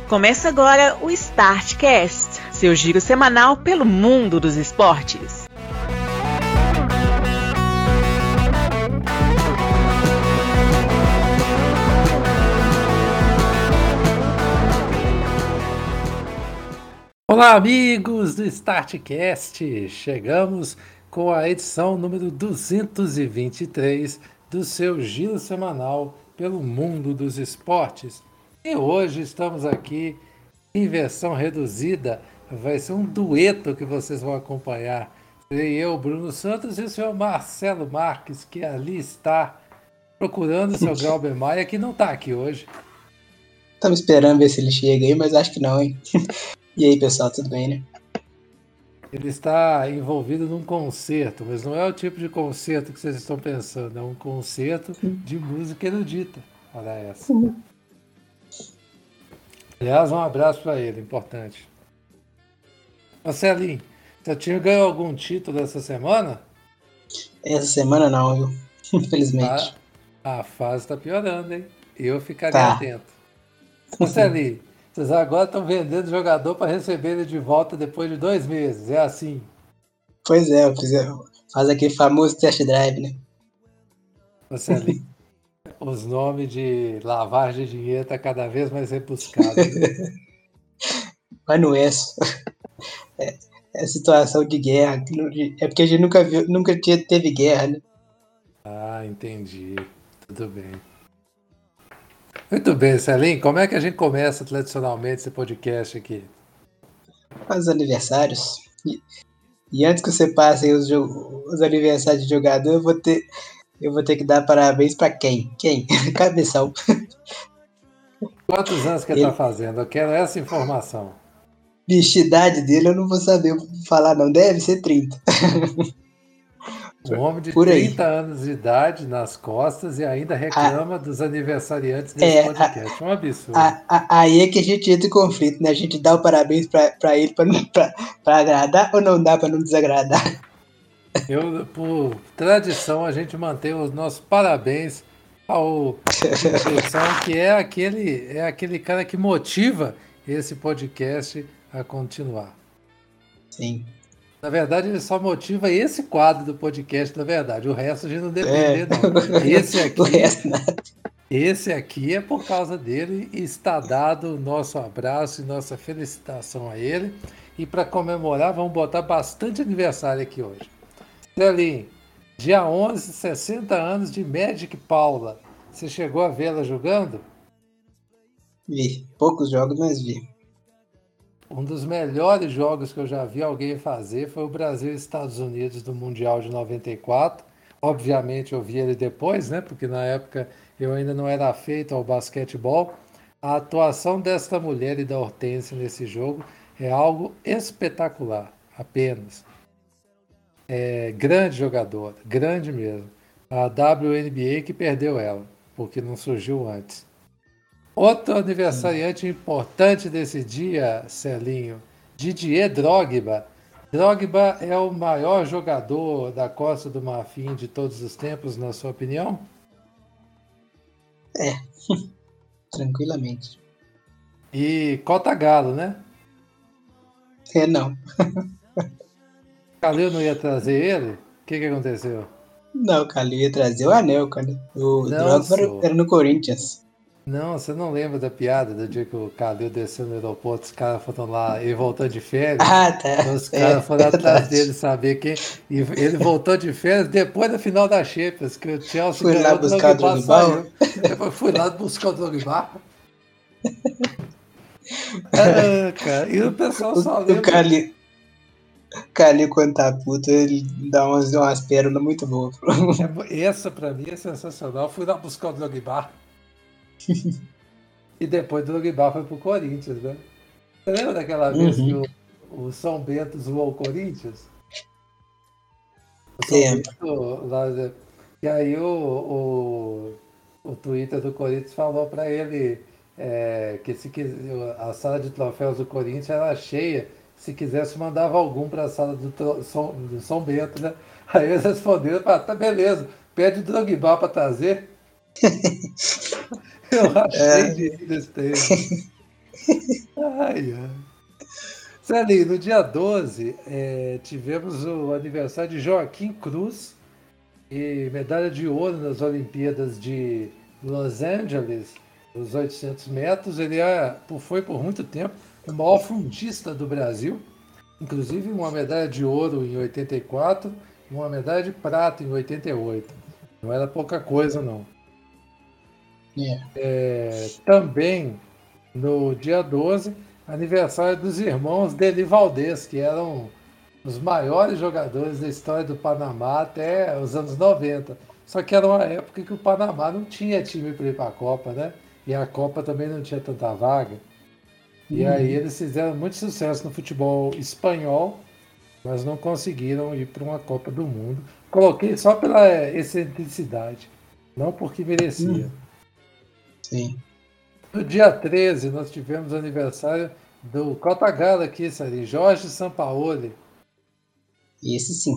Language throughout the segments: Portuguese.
Começa agora o Startcast, seu giro semanal pelo mundo dos esportes. Olá, amigos do Startcast! Chegamos com a edição número 223 do seu giro semanal pelo mundo dos esportes. E hoje estamos aqui em versão reduzida. Vai ser um dueto que vocês vão acompanhar. Serei eu, Bruno Santos, e o senhor Marcelo Marques, que ali está procurando o seu Glauber Maia, que não está aqui hoje. Estamos esperando ver se ele chega aí, mas acho que não, hein? E aí, pessoal, tudo bem, né? Ele está envolvido num concerto, mas não é o tipo de concerto que vocês estão pensando, é um concerto de música erudita. Olha essa. Aliás, um abraço para ele, importante. Marcelinho, seu time ganhou algum título essa semana? Essa semana não, viu? Infelizmente. A fase está piorando, hein? Eu ficaria atento. Marcelinho, vocês agora estão vendendo jogador para receber ele de volta depois de 2 meses, é assim? Pois é, faz aquele famoso test drive, né? Marcelinho, os nomes de lavagem de dinheiro estão cada vez mais rebuscados. Mas não é só. É situação de guerra. É porque a gente nunca teve guerra, né? Ah, entendi. Tudo bem. Muito bem, Celim. Como é que a gente começa tradicionalmente esse podcast aqui? Faz os aniversários. E antes que você passe aí os aniversários de jogador, eu vou ter que dar parabéns pra quem? Quem? Cabeção. Quantos anos que ele está fazendo? Eu quero essa informação. Bicho, a idade dele eu não vou saber falar, não. Deve ser 30. Um homem de 30 anos de idade nas costas e ainda reclama dos aniversariantes desse podcast. Um absurdo. Aí é que a gente entra em conflito, né? A gente dá o parabéns pra ele pra agradar ou não dá pra não desagradar? Por tradição, a gente mantém os nossos parabéns ao Conceição, que é aquele cara que motiva esse podcast a continuar. Sim. Na verdade, ele só motiva esse quadro do podcast, na verdade. O resto a gente não depende, não. Esse aqui é por causa dele e está dado o nosso abraço e nossa felicitação a ele. E para comemorar, vamos botar bastante aniversário aqui hoje. Celinho, dia 11, 60 anos de Magic Paula. Você chegou a vê-la jogando? Vi. Poucos jogos, mas vi. Um dos melhores jogos que eu já vi alguém fazer foi o Brasil e Estados Unidos do Mundial de 94. Obviamente eu vi ele depois, né? Porque na época eu ainda não era afeito ao basquetebol. A atuação desta mulher e da Hortência nesse jogo é algo espetacular, apenas. É grande jogadora, grande mesmo. A WNBA que perdeu ela, porque não surgiu antes. Outro aniversariante importante desse dia, Celinho, Didier Drogba. Drogba é o maior jogador da Costa do Marfim de todos os tempos, na sua opinião? É, tranquilamente. E Cota Galo, né? Não. Calil não ia trazer ele? O que aconteceu? Não, o Calil ia trazer o anel, cara. O Drogba era no Corinthians. Não, você não lembra da piada do dia que o Calil desceu no aeroporto, os caras foram lá, ele voltou de férias. Ah, tá. Os caras foram atrás dele saber quem. E ele voltou de férias depois da final da Champions, que o Chelsea fui lá buscar o Drogba. Fui lá buscar o Drogba. Cara, e o pessoal só lembra. O Calil, quando tá puto, ele dá umas pérolas muito boas. Essa pra mim é sensacional. Fui lá buscar o Drogba. E depois o Drogba foi pro Corinthians, né? Você lembra daquela vez que o São Bento zoou o Corinthians? E aí o Twitter do Corinthians falou para ele que a sala de troféus do Corinthians era cheia. Se quisesse, mandava algum para a sala do São Bento, né? Aí eles responderam, tá beleza, pede o Drogba para trazer. Eu achei desse tempo. Ai, ai. Celinho, no dia 12, tivemos o aniversário de Joaquim Cruz, e medalha de ouro nas Olimpíadas de Los Angeles, os 800 metros. Ele foi por muito tempo o maior fundista do Brasil, inclusive uma medalha de ouro em 84 e uma medalha de prata em 88. Não era pouca coisa, não. Também, no dia 12, aniversário dos irmãos Deli Valdez, que eram os maiores jogadores da história do Panamá até os anos 90. Só que era uma época que o Panamá não tinha time para ir para a Copa, né? E a Copa também não tinha tanta vaga. E aí eles fizeram muito sucesso no futebol espanhol, mas não conseguiram ir para uma Copa do Mundo. Coloquei só pela excentricidade, não porque merecia. Sim. No dia 13, nós tivemos o aniversário do Cotagalo aqui, Sari, Jorge Sampaoli. Esse sim.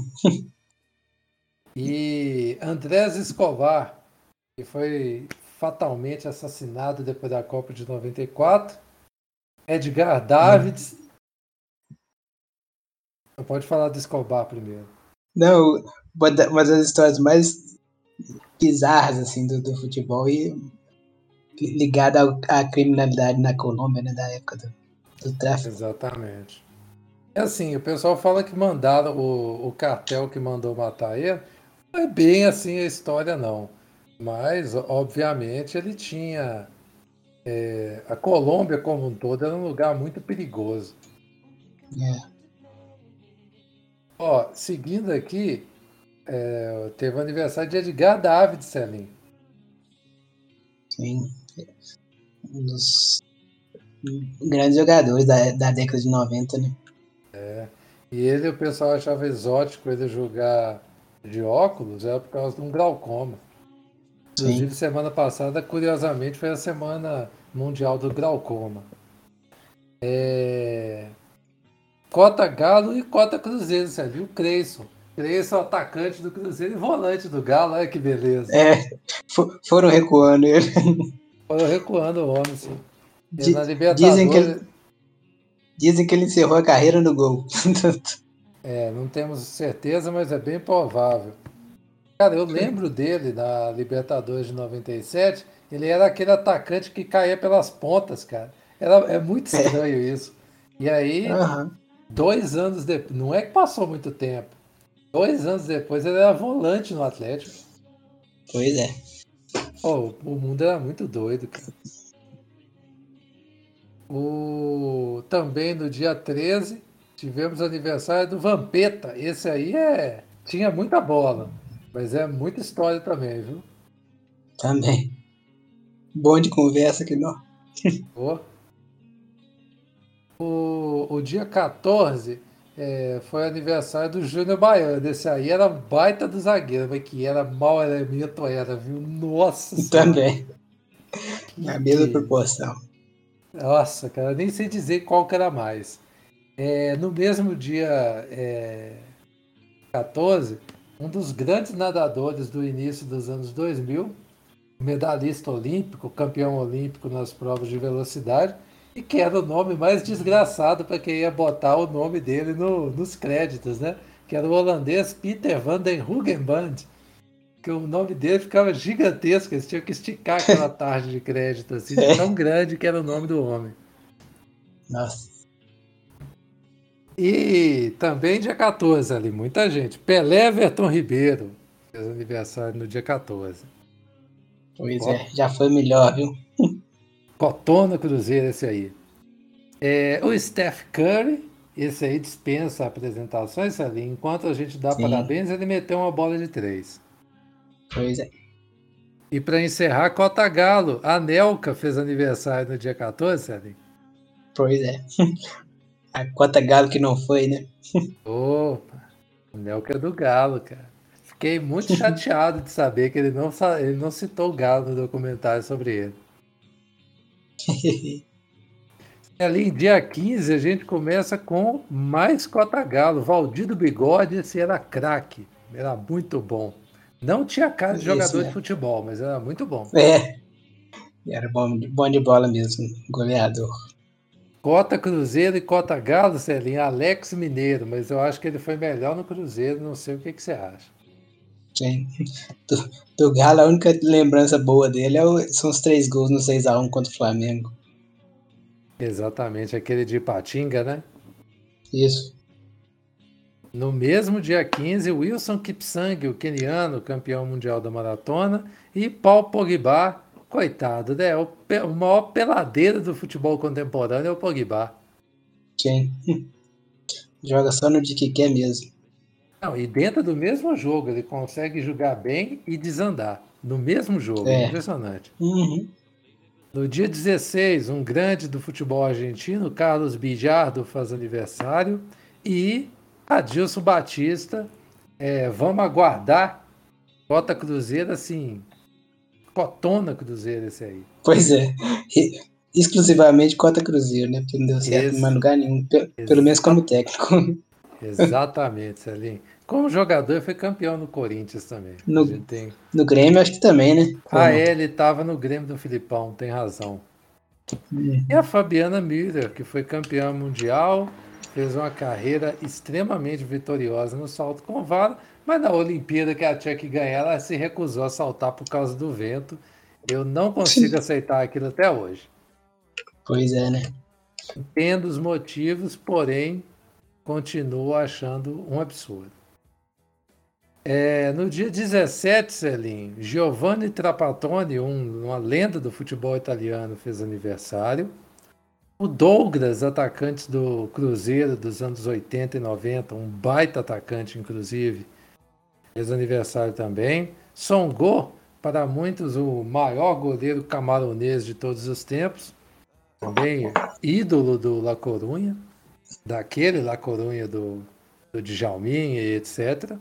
E Andrés Escobar, que foi fatalmente assassinado depois da Copa de 94. Edgar Davids. Não pode falar do Escobar primeiro. Não, uma das histórias mais bizarras assim, do futebol e ligada à criminalidade na Colômbia, né, da época do tráfico. Exatamente. É assim, o pessoal fala que mandaram o cartel que mandou matar ele. Não é bem assim a história, não. Mas, obviamente, ele tinha... a Colômbia como um todo era um lugar muito perigoso. Ó, seguindo aqui, teve o aniversário de Edgar Davids, Celinho. Sim. Um dos grandes jogadores da década de 90, né? E ele, o pessoal achava exótico ele jogar de óculos, era por causa de um glaucoma. Inclusive, Sim. semana passada, curiosamente, foi a Semana Mundial do Glaucoma. Cota Galo e Cota Cruzeiro, você viu? Creyson. Creyson, atacante do Cruzeiro e volante do Galo, olha que beleza. Foram recuando ele. Foram recuando o homem, sim. E na Dizem Libertadores... que ele encerrou a carreira no gol. não temos certeza, mas é bem provável. Cara, eu lembro dele na Libertadores de 97, ele era aquele atacante que caía pelas pontas, cara. É muito estranho isso. E aí, 2 anos depois, não é que passou muito tempo, 2 anos depois ele era volante no Atlético. Pois é. Oh, o mundo era muito doido, cara. Também no dia 13, tivemos o aniversário do Vampeta. Esse aí tinha muita bola, mas é muita história também, viu? Também. Bom de conversa que não. O dia 14 foi aniversário do Júnior Baiano. Esse aí era baita do zagueiro, mas que era mau elemento, viu? Nossa Senhora. Também. Na mesma proporção. Nossa, cara, nem sei dizer qual que era mais. No mesmo dia 14, um dos grandes nadadores do início dos anos 2000, medalhista olímpico, campeão olímpico nas provas de velocidade, e que era o nome mais desgraçado para quem ia botar o nome dele nos créditos, né? Que era o holandês Peter van den Hoogenband, que o nome dele ficava gigantesco, eles tinham que esticar aquela tarde de crédito, assim, de tão grande que era o nome do homem. Nossa. E também dia 14 ali, muita gente. Pelé Everton Ribeiro fez aniversário no dia 14. Pois é, já foi melhor, viu? Cotona Cruzeiro, esse aí. O Steph Curry, esse aí dispensa apresentações ali. Enquanto a gente dá parabéns, ele meteu uma bola de 3. Pois é. E para encerrar, Cota Galo. A Nelka fez aniversário no dia 14, Celinho. Pois é. A Cota Galo que não foi, né? Opa, o Nelka é do Galo, cara. Fiquei muito chateado de saber que ele não citou o Galo no documentário sobre ele. Ali em dia 15 a gente começa com mais Cota Galo. Valdir do Bigode, esse era craque. Era muito bom. Não tinha cara de jogador de futebol, mas era muito bom. Era bom de bola mesmo, goleador. Cota Cruzeiro e Cota Galo, Celinho, Alex Mineiro, mas eu acho que ele foi melhor no Cruzeiro, não sei o que você acha. Sim. Do Galo, a única lembrança boa dele são os 3 gols no 6-1 contra o Flamengo. Exatamente, aquele de Ipatinga, né? Isso. No mesmo dia 15, Wilson Kipsang, o queniano, campeão mundial da maratona, e Paul Pogba, coitado, né? O maior peladeiro do futebol contemporâneo é o Pogba. Sim. Joga só no de que quer mesmo. Não, e dentro do mesmo jogo, ele consegue jogar bem e desandar. No mesmo jogo, é É. impressionante. Uhum. No dia 16, um grande do futebol argentino, Carlos Bijardo, faz aniversário. E Adilson Batista, vamos aguardar. Cota Cruzeiro, assim, cotona Cruzeiro esse aí. Pois é. Exclusivamente Cota Cruzeiro, né? Porque não deu certo em mais Esse, lugar nenhum. Pelo menos exa- como técnico. exatamente, Celinho. Como jogador, foi campeão no Corinthians também. A No, gente tem... no Grêmio, acho que também, né? Ou não? Ele estava no Grêmio do Filipão, tem razão. E a Uhum. Fabiana Miller, que foi campeã mundial, fez uma carreira extremamente vitoriosa no salto com vara, mas na Olimpíada que ela tinha que ganhar, ela se recusou a saltar por causa do vento. Eu não consigo aceitar aquilo até hoje. Pois é, né? Entendo os motivos, porém, continuo achando um absurdo. No dia 17, Celinho, Giovanni Trapattoni, uma lenda do futebol italiano, fez aniversário. O Douglas, atacante do Cruzeiro dos anos 80 e 90, um baita atacante, inclusive, fez aniversário também. Songo, para muitos, o maior goleiro camaronês de todos os tempos, também ídolo do La Corunha, daquele La Corunha do Djalminha e etc.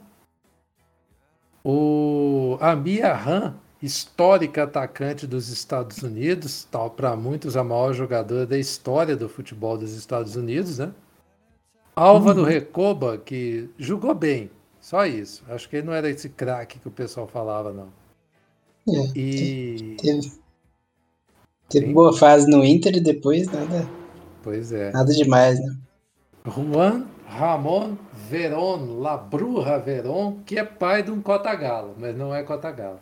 O Amir Han, histórica atacante dos Estados Unidos, tal para muitos a maior jogadora da história do futebol dos Estados Unidos, né? Álvaro Recoba, que jogou bem, só isso. Acho que ele não era esse craque que o pessoal falava, não. É, E teve sim, boa fase no Inter e depois pois é. nada demais, né? Juan Ramon Verón, Labruja Verón, que é pai de um Cotagalo, mas não é Cotagalo.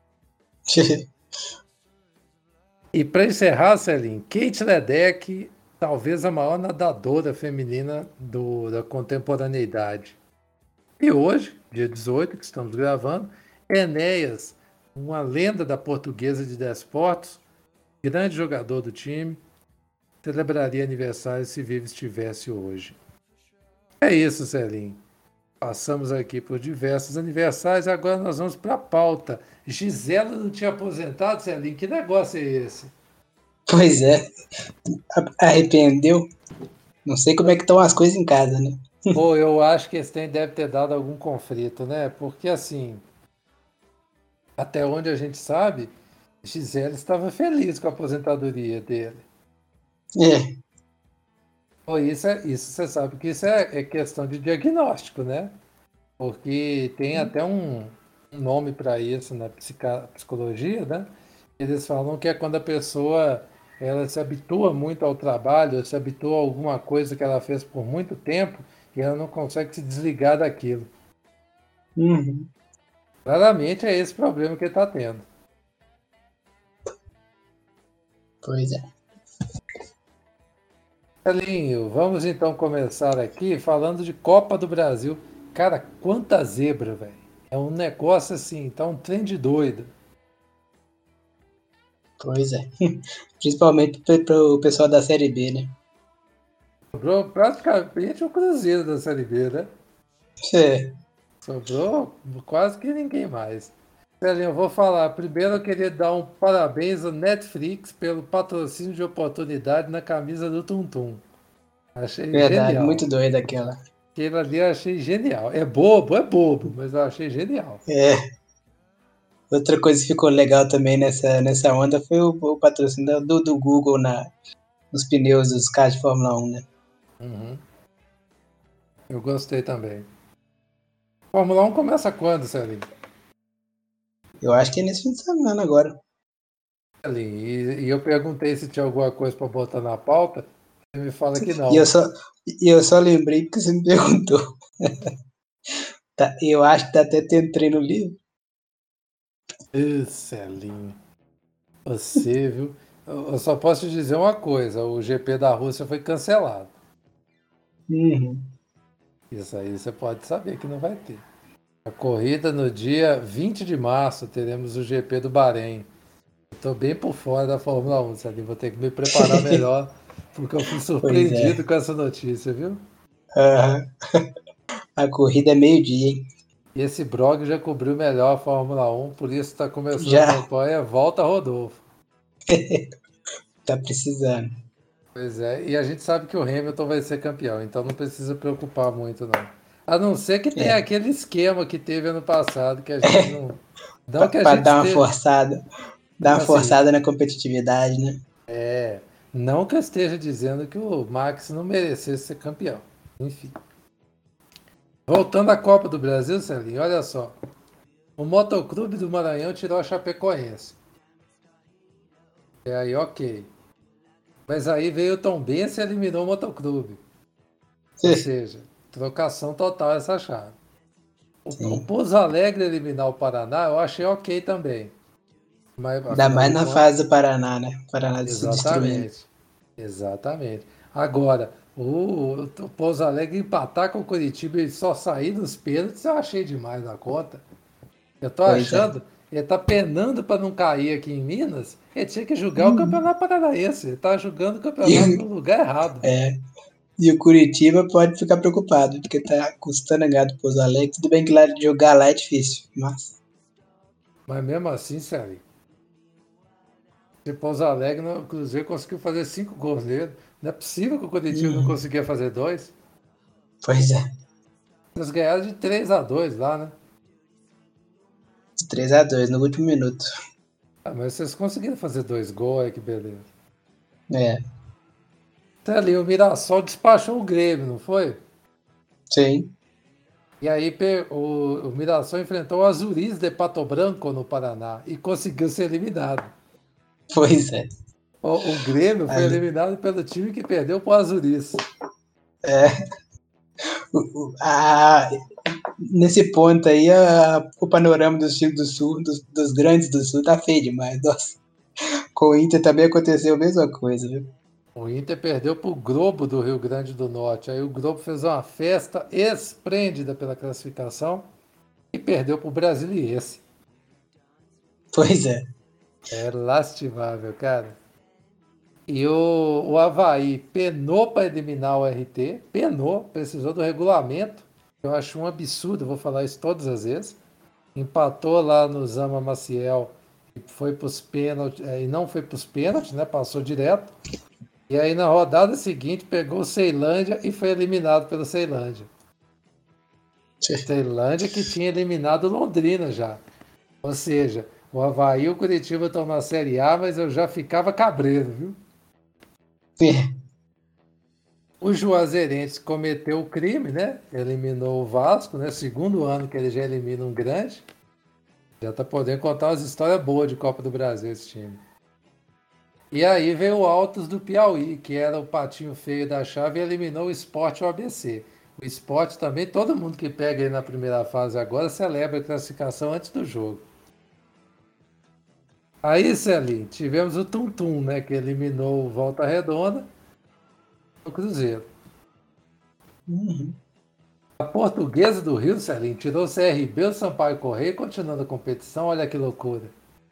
E para encerrar, Celine, Kate Ledeck, talvez a maior nadadora feminina da contemporaneidade. E hoje, dia 18, que estamos gravando, Enéas, uma lenda da Portuguesa de Desportos, grande jogador do time, celebraria aniversário se vivo estivesse hoje. É isso, Celine. Passamos aqui por diversos aniversários, agora nós vamos para a pauta. Gisela não tinha aposentado, Celine? Que negócio é esse? Pois é. Arrependeu. Não sei como é que estão as coisas em casa, né? Pô, eu acho que esse trem deve ter dado algum conflito, né? Porque, assim, até onde a gente sabe, Gisele estava feliz com a aposentadoria dele. É. Pô, isso você sabe que isso é questão de diagnóstico, né? Porque tem até um nome para isso na psicologia, né? Eles falam que é quando a pessoa ela se habitua muito ao trabalho, se habitua a alguma coisa que ela fez por muito tempo e ela não consegue se desligar daquilo. Uhum. Claramente é esse problema que ele está tendo. Pois é. Elinho, vamos então começar aqui falando de Copa do Brasil. Cara, quanta zebra, velho. É um negócio assim, tá um trem de doido. Pois é. Principalmente pro pessoal da Série B, né? Sobrou praticamente o Cruzeiro da Série B, né? É. Sobrou quase que ninguém mais. Elinho, eu vou falar. Primeiro eu queria dar um parabéns ao Netflix pelo patrocínio de oportunidade na camisa do Tum Tum. Achei Verdade, genial. muito doida aquela. Aquilo ali eu achei genial. É bobo, mas eu achei genial. É. Outra coisa que ficou legal também nessa onda foi o patrocínio do Google nos pneus dos carros de Fórmula 1, né? Uhum. Eu gostei também. Fórmula 1 começa quando, Celinho? Eu acho que é nesse fim de semana agora. Celinho, e eu perguntei se tinha alguma coisa para botar na pauta. Você me fala que E não. eu só lembrei porque você me perguntou. Tá, eu acho que tá até tendo treino livre. Celinho, você, viu? Eu só posso te dizer uma coisa: o GP da Rússia foi cancelado. Uhum. Isso aí você pode saber que não vai ter. A corrida no dia 20 de março teremos o GP do Bahrein. Estou bem por fora da Fórmula 1, Celinho. Vou ter que me preparar melhor, porque eu fui Pois surpreendido é. com essa notícia, viu? Aham. A corrida é meio-dia, hein? E esse blog já cobriu melhor a Fórmula 1, por isso está começando a Já campanha Volta Rodolfo. tá precisando. Pois é, e a gente sabe que o Hamilton vai ser campeão, então não precisa preocupar muito, não. A não ser que tenha É. aquele esquema que teve ano passado, que a gente não. Não que a Pra gente dar uma esteja. forçada. Dar uma Assim, forçada na competitividade, né? não que eu esteja dizendo que o Max não merecesse ser campeão. Enfim. Voltando à Copa do Brasil, Celinho, olha só. O Motoclube do Maranhão tirou a Chapecoense. E aí, ok. Mas aí veio o Tombense e eliminou o Motoclube. Ou seja, trocação total essa chave. O Sim. Pouso Alegre eliminar o Paraná, eu achei ok também. Mas, Ainda afinal mais de na contas, fase do Paraná, né? O Paraná se destruindo. exatamente. Exatamente. Agora, o Pouso Alegre empatar com o Curitiba e só sair nos pênaltis, eu achei demais da conta. Eu tô Pois é. achando, ele tá penando para não cair aqui em Minas, ele tinha que julgar o Uhum. Campeonato Paranaense. Ele tá julgando o campeonato E, no lugar errado. e o Curitiba pode ficar preocupado, porque tá custando a ganhar do Pouso Alegre. Tudo bem que lá jogar lá é difícil, mas. Mas mesmo assim, sério. Se Pouso Alegre, o Cruzeiro conseguiu fazer 5 gols nele. Não é possível que o Curitiba não Uhum. conseguia fazer 2. Pois é. Eles ganharam de 3-2 lá, né? 3-2 no último minuto. Ah, mas vocês conseguiram fazer 2 gols, aí que beleza. É, Até ali, o Mirassol despachou o Grêmio, não foi? sim. E aí o Mirassol enfrentou o Azuris de Pato Branco no Paraná e conseguiu ser eliminado. Pois é. O Grêmio foi Ali, eliminado pelo time que perdeu para o Azuris. nesse ponto aí, o panorama dos times do Sul, dos grandes do Sul, tá feio demais. Nossa. Com o Inter também aconteceu a mesma coisa, viu? O Inter perdeu para o Globo do Rio Grande do Norte. Aí o Globo fez uma festa esplêndida pela classificação e perdeu para o Brasiliense. Pois é. É lastimável, cara. E o Avaí penou para eliminar o RT, penou, precisou do regulamento. Eu acho um absurdo, vou falar isso todas as vezes. Empatou lá no Zama Maciel e foi para os pênaltis, e não foi para os pênaltis, né? Passou direto. E aí na rodada seguinte pegou o Ceilândia e foi eliminado pelo Ceilândia. Ceilândia que tinha eliminado Londrina já. Ou seja, o Avaí e o Curitiba estão na Série A, mas eu já ficava cabreiro, viu? O Juazeirense cometeu o crime, né? Eliminou o Vasco, né? Segundo ano que ele já elimina um grande. Já tá podendo contar umas histórias boas de Copa do Brasil esse time. E aí veio o Altos do Piauí, que era o patinho feio da chave e eliminou o Sport e o ABC. O Sport também, todo mundo que pega aí na primeira fase agora celebra a classificação antes do jogo. Aí, Celinho, tivemos o Tum Tum, né? Que eliminou o Volta Redonda o Cruzeiro. Uhum. A Portuguesa do Rio, Celinho, tirou o CRB, o Sampaio Correia, continuando a competição. Olha que loucura.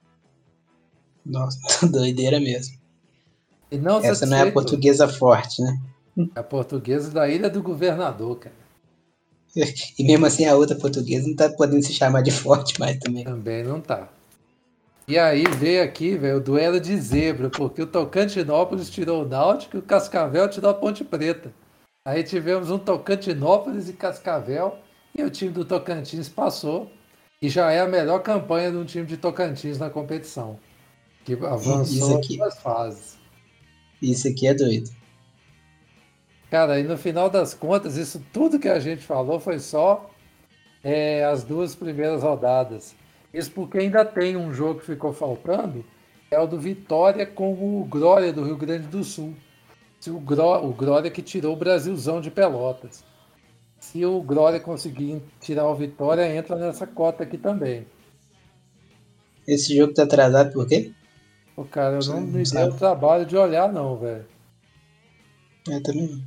Nossa, doideira mesmo. E não Essa não é a satisfeito, portuguesa forte, né? a Portuguesa da Ilha do Governador, cara. E mesmo assim a outra portuguesa não tá podendo se chamar de forte mais também. Também não tá. E aí veio aqui, velho, o duelo de zebra, porque o Tocantinópolis tirou o Náutico e o Cascavel tirou a Ponte Preta. Aí tivemos um Tocantinópolis e Cascavel e o time do Tocantins passou. E já é a melhor campanha de um time de Tocantins na competição, que Isso avançou aqui, 2 fases. isso aqui é doido. Cara, e no final das contas, isso tudo que a gente falou foi só as 2 primeiras rodadas. Isso porque ainda tem um jogo que ficou faltando, é o do Vitória com o Glória do Rio Grande do Sul. Se o Glória que tirou o Brasilzão de Pelotas. Se o Glória conseguir tirar o Vitória, entra nessa cota aqui também. Esse jogo tá atrasado por quê? O cara, eu Você não não me dei o sabe. trabalho de olhar, não, velho. Eu também não.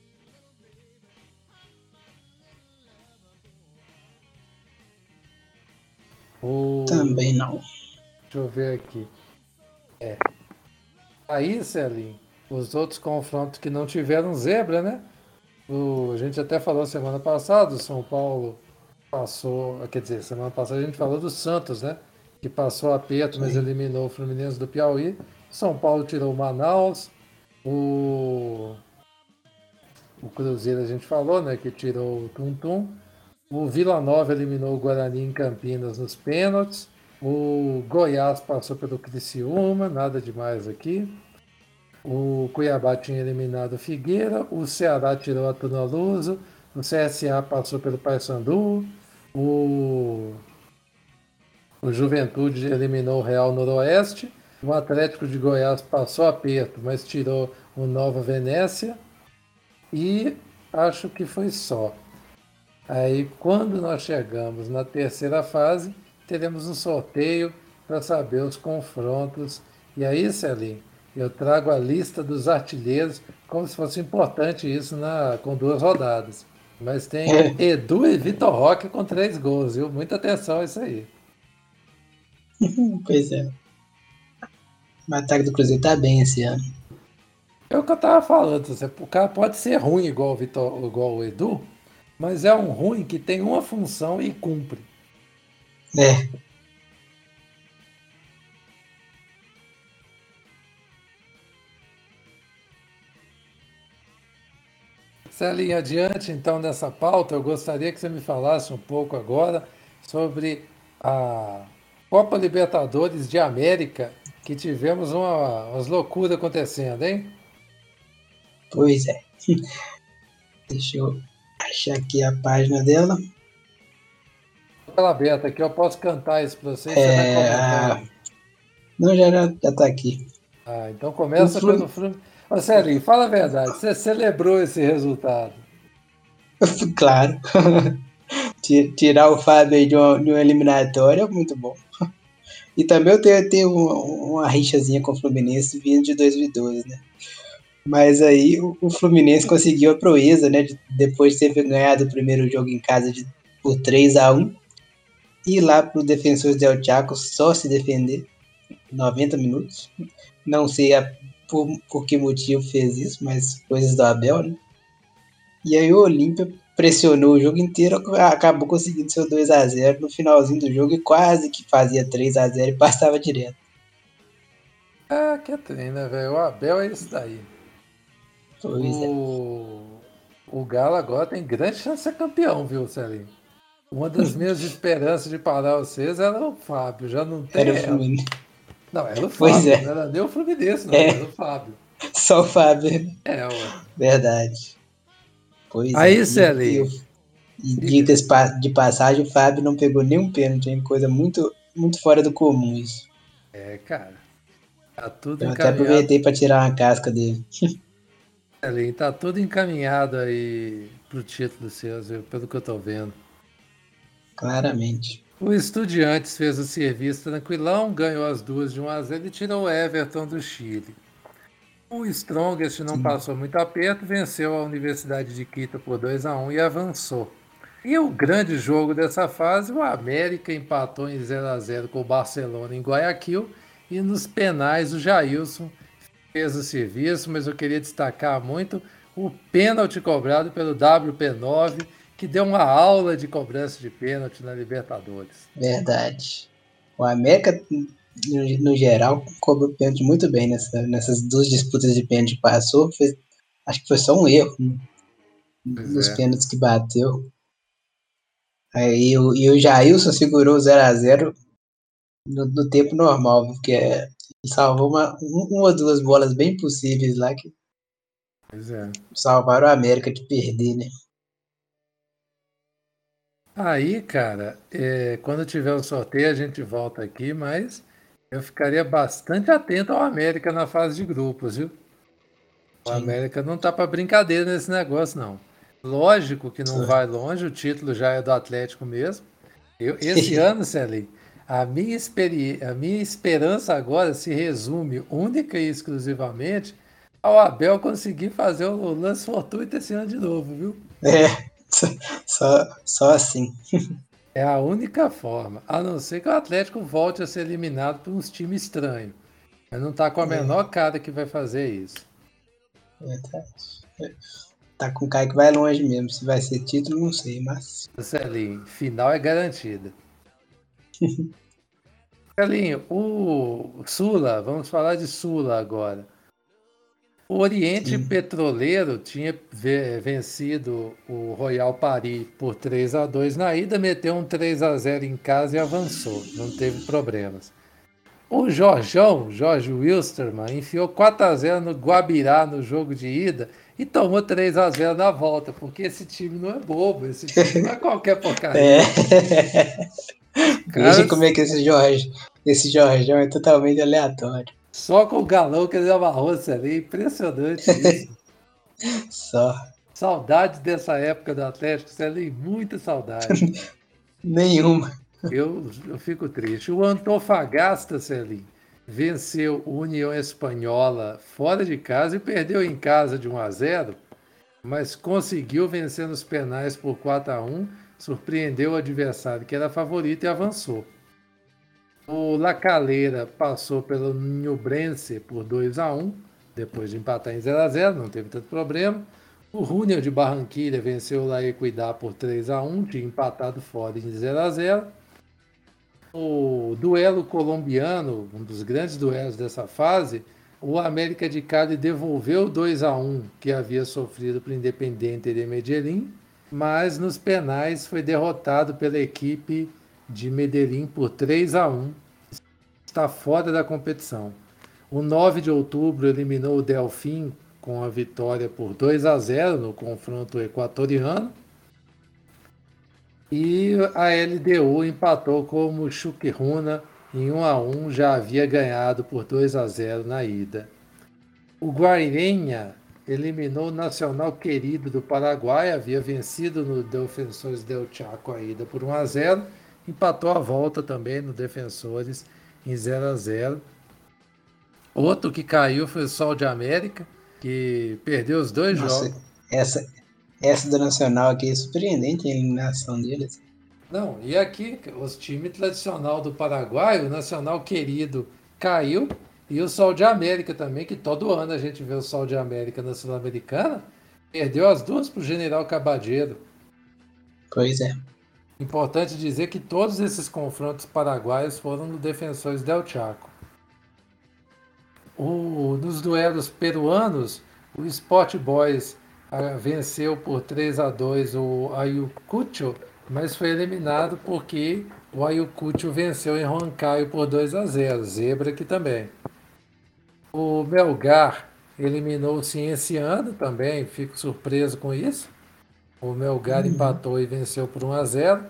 Também não. Deixa eu ver aqui. Aí, Celinho, os outros confrontos que não tiveram zebra, né? A gente até falou semana passada, o São Paulo passou, quer dizer, semana passada a gente falou do Santos, né? Que passou aperto, mas Sim. eliminou o Fluminense do Piauí. São Paulo tirou o Manaus. O, o Cruzeiro a gente falou, né? Que tirou o Tum-Tum. O Vila Nova eliminou o Guarani em Campinas nos pênaltis. O Goiás passou pelo Criciúma, nada demais aqui. O Cuiabá tinha eliminado o Figueira, o Ceará tirou a Tuna Luso, o CSA passou pelo Paysandu, o, o Juventude eliminou o Real Noroeste, o Atlético de Goiás passou aperto, mas tirou o Nova Venécia e acho que foi só. Aí, quando nós chegamos na terceira fase, teremos um sorteio para saber os confrontos. E aí, Celinho, eu trago a lista dos artilheiros, como se fosse importante isso com 2 rodadas. Mas tem Edu e Vitor Roque com 3 gols, viu? Muita atenção a isso aí. Pois é. O ataque do Cruzeiro tá bem esse ano. É o que eu tava falando, o cara pode ser ruim igual o Edu, mas é um ruim que tem uma função e cumpre. É. Celinho, adiante então dessa pauta, eu gostaria que você me falasse um pouco agora sobre a Copa Libertadores de América, que tivemos umas loucuras acontecendo, hein? Pois é. Deixa eu achar aqui a página dela. Pela aberta aqui, eu posso cantar isso para você e você vai É, comentando. Não, já tá aqui. Ah, então O começa pelo Fluminense. Fluminense. Ô, Celinho, fala a verdade, você celebrou esse resultado? Claro. Tirar o Fábio aí de uma eliminatória é muito bom. E também eu tenho uma rixazinha com o Fluminense vindo de 2012, né? Mas aí o Fluminense conseguiu a proeza, né? Depois de ter ganhado o primeiro jogo em casa por 3-1, ir lá pro Defensores del Chaco só se defender 90 minutos. Não sei por que motivo fez isso, mas coisas do Abel, né? E aí o Olímpia pressionou o jogo inteiro, acabou conseguindo seu 2-0 no finalzinho do jogo e quase que fazia 3-0 e passava direto. Ah, que trem, né, velho? O Abel é isso daí. Pois é. O Galo agora tem grande chance de ser campeão, viu, Celinho? Uma das minhas esperanças de parar vocês era o Fábio, já não tem Era o ela. Fluminense. Não, era o Pois Fábio, não é. era nem o Fluminense, não, era É, o Fábio. só o Fábio. É, ué. Verdade. Pois é. Aí, Celinho, E diga. de passagem, o Fábio não pegou nenhum pênalti, hein? Coisa muito, muito fora do comum isso. É, cara, tá tudo Eu até encaminhado, aproveitei para tirar uma casca dele. Celinho, tá tudo encaminhado aí pro título seu, viu, pelo que eu tô vendo. Claramente. O Estudiantes fez o serviço tranquilão, ganhou as duas de 1-0 e tirou o Everton do Chile. O Strongest não Sim. passou muito aperto, venceu a Universidade de Quito por 2-1 e avançou. E o grande jogo dessa fase, o América empatou em 0-0 com o Barcelona em Guayaquil e nos penais o Jailson fez o serviço, mas eu queria destacar muito o pênalti cobrado pelo WP9, que deu uma aula de cobrança de pênalti na Libertadores. Verdade. O América, no geral, cobrou pênalti muito bem nessas duas disputas de pênalti que passou. Acho que foi só um erro, né, Pois nos é. pênaltis que bateu. Aí, e o Jailson segurou 0-0 no tempo normal, porque salvou uma ou duas bolas bem possíveis lá que Pois é. salvaram a América de perder, né? Aí, cara, quando tiver o sorteio a gente volta aqui, mas eu ficaria bastante atento ao América na fase de grupos, viu? O América não tá para brincadeira nesse negócio, não. Lógico que não vai longe, o título já é do Atlético mesmo. Esse ano, Celinho, a minha esperança agora se resume única e exclusivamente ao Abel conseguir fazer o lance fortuito esse ano de novo, viu? Só assim. É a única forma, a não ser que o Atlético volte a ser eliminado por uns times estranhos. Mas não tá com a menor cara que vai fazer isso. Tá com o cara que vai longe mesmo. Se vai ser título, não sei, mas... Celinho, final é garantida. Celinho, o Sula, vamos falar de Sula agora. O Oriente Petroleiro tinha vencido o Royal Paris por 3-2 na ida, meteu um 3-0 em casa e avançou, não teve problemas. O Jorge Wilstermann, enfiou 4-0 no Guabirá no jogo de ida e tomou 3-0 na volta, porque esse time não é bobo, esse time não é qualquer porcaria. Veja como é que esse Jorjão é totalmente aleatório. Só com o galão que ele amarrou, ali, impressionante isso. Só. Saudade dessa época do Atlético, Celinho, muita saudade. Nenhuma. Eu fico triste. O Antofagasta, Celinho, venceu o União Espanhola fora de casa e perdeu em casa de 1-0, mas conseguiu vencer nos penais por 4-1, surpreendeu o adversário que era favorito e avançou. O La Calera passou pelo Ñublense por 2-1, depois de empatar em 0-0, não teve tanto problema. O Junior de Barranquilla venceu o La Equidad por 3-1, tinha empatado fora em 0-0. O duelo colombiano, um dos grandes duelos dessa fase, o América de Cali devolveu o 2-1 que havia sofrido para o Independiente de Medellín, mas nos penais foi derrotado pela equipe de Medellín por 3-1, está fora da competição. O 9 de outubro eliminou o Delfim com a vitória por 2-0 no confronto equatoriano. E a LDU empatou com o Muxuquiruna em 1-1, já havia ganhado por 2-0 na ida. O Guairenha eliminou o Nacional Querido do Paraguai, havia vencido no Defensores del Chaco a ida por 1-0, empatou a volta também no Defensores em 0-0. Outro que caiu foi o Sol de América, que perdeu os dois jogos. Essa do Nacional aqui é surpreendente, a eliminação deles. Não, e aqui, os times tradicional do Paraguai, o Nacional Querido caiu, e o Sol de América também, que todo ano a gente vê o Sol de América na Sul-Americana, perdeu as duas para o General Cabadeiro. Pois é. Importante dizer que todos esses confrontos paraguaios foram no Defensores del Chaco. Nos duelos peruanos, o Sport Boys venceu por 3-2 o Ayacucho, mas foi eliminado porque o Ayacucho venceu em Huancayo por 2-0, zebra aqui também. O Melgar eliminou o Cienciano também, fico surpreso com isso. O Melgar empatou e venceu por 1-0.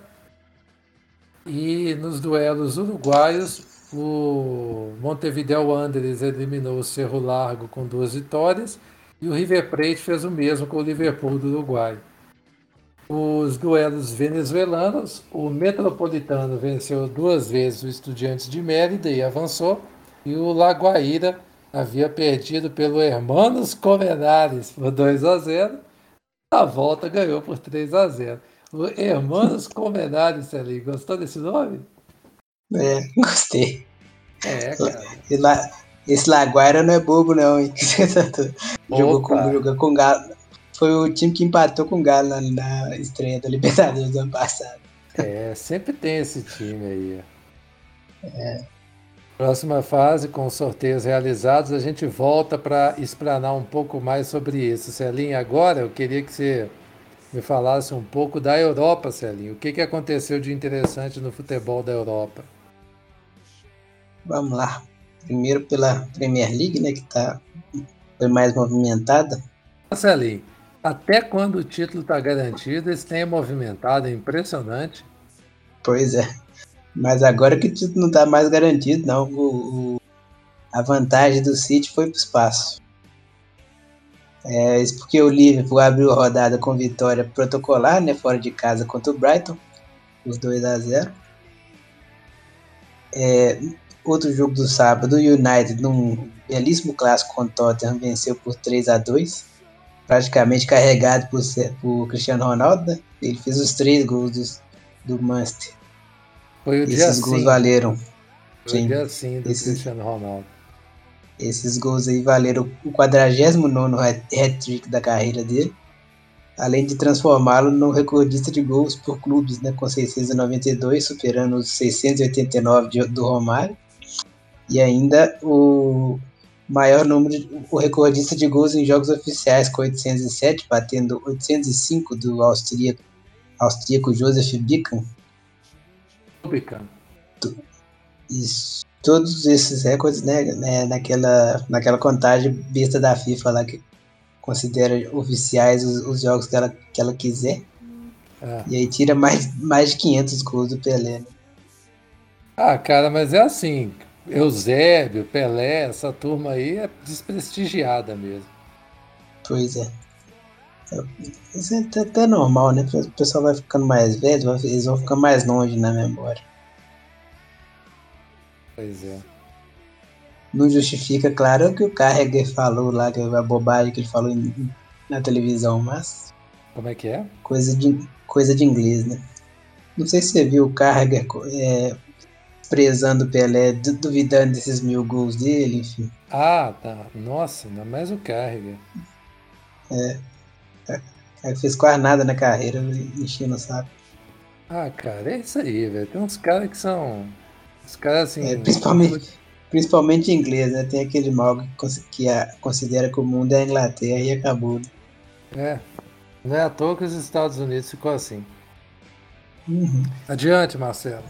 E nos duelos uruguaios, o Montevideo Wanderers eliminou o Cerro Largo com 2 vitórias. E o River Plate fez o mesmo com o Liverpool do Uruguai. Os duelos venezuelanos, o Metropolitano venceu 2 vezes o Estudiantes de Mérida e avançou. E o La Guaira havia perdido pelo Hermanos Colmenares por 2-0. A volta ganhou por 3-0. O Hermanos Colmenares, Celinho, gostou desse nome? Gostei. Cara. Esse La Guaira não é bobo, não, hein? Jogou com o Galo. Foi o time que empatou com o Galo na estreia da Libertadores do ano passado. Sempre tem esse time aí. Próxima fase, com os sorteios realizados, a gente volta para explanar um pouco mais sobre isso. Celinho, agora eu queria que você me falasse um pouco da Europa, Celinho. O que aconteceu de interessante no futebol da Europa? Vamos lá. Primeiro pela Premier League, né, que foi mais movimentada. Celinho, até quando o título está garantido, eles têm movimentado, é impressionante. Pois é. Mas agora que o título não está mais garantido, não. A vantagem do City foi para o espaço. Isso porque o Liverpool abriu a rodada com vitória protocolar, né, fora de casa contra o Brighton, os 2-0. Outro jogo do sábado, o United, num belíssimo clássico com o Tottenham, venceu por 3-2, praticamente carregado por Cristiano Ronaldo, né? Ele fez os 3 gols do Manchester. Foi o E dia esses gols sim, né? valeram. Foi o Sim, dia sim do Cristiano Ronaldo. esses gols aí valeram o 49º hat-trick da carreira dele, além de transformá-lo no recordista de gols por clubes, né, com 692, superando os 689 do Romário, e ainda o recordista de gols em jogos oficiais, com 807, batendo 805 do austríaco Joseph Bican. Isso. Todos esses recordes, né, naquela contagem besta da FIFA lá, que considera oficiais os jogos que ela quiser. E aí tira mais de 500 gols do Pelé, né? Cara, mas é assim, Eusébio, Pelé, essa turma aí é desprestigiada mesmo. Pois é. Isso é até normal, né? O pessoal vai ficando mais velho, eles vão ficando mais longe na memória. Pois é. Não justifica, claro, o que o Carragher falou lá, que é a bobagem que ele falou na televisão, mas... Como é que é? Coisa de inglês, né? Não sei se você viu o Carragher prezando o Pelé, duvidando desses 1000 gols dele, enfim. Tá. Nossa, ainda mais o Carragher. Aí fez quase nada na carreira, enchendo o saco. Cara, é isso aí, velho. Tem uns caras que são... Os caras assim... Principalmente em inglês, né? Tem aquele mal que considera que o mundo é a Inglaterra e acabou. Né? Não é à toa que os Estados Unidos ficou assim. Uhum. Adiante, Marcelo.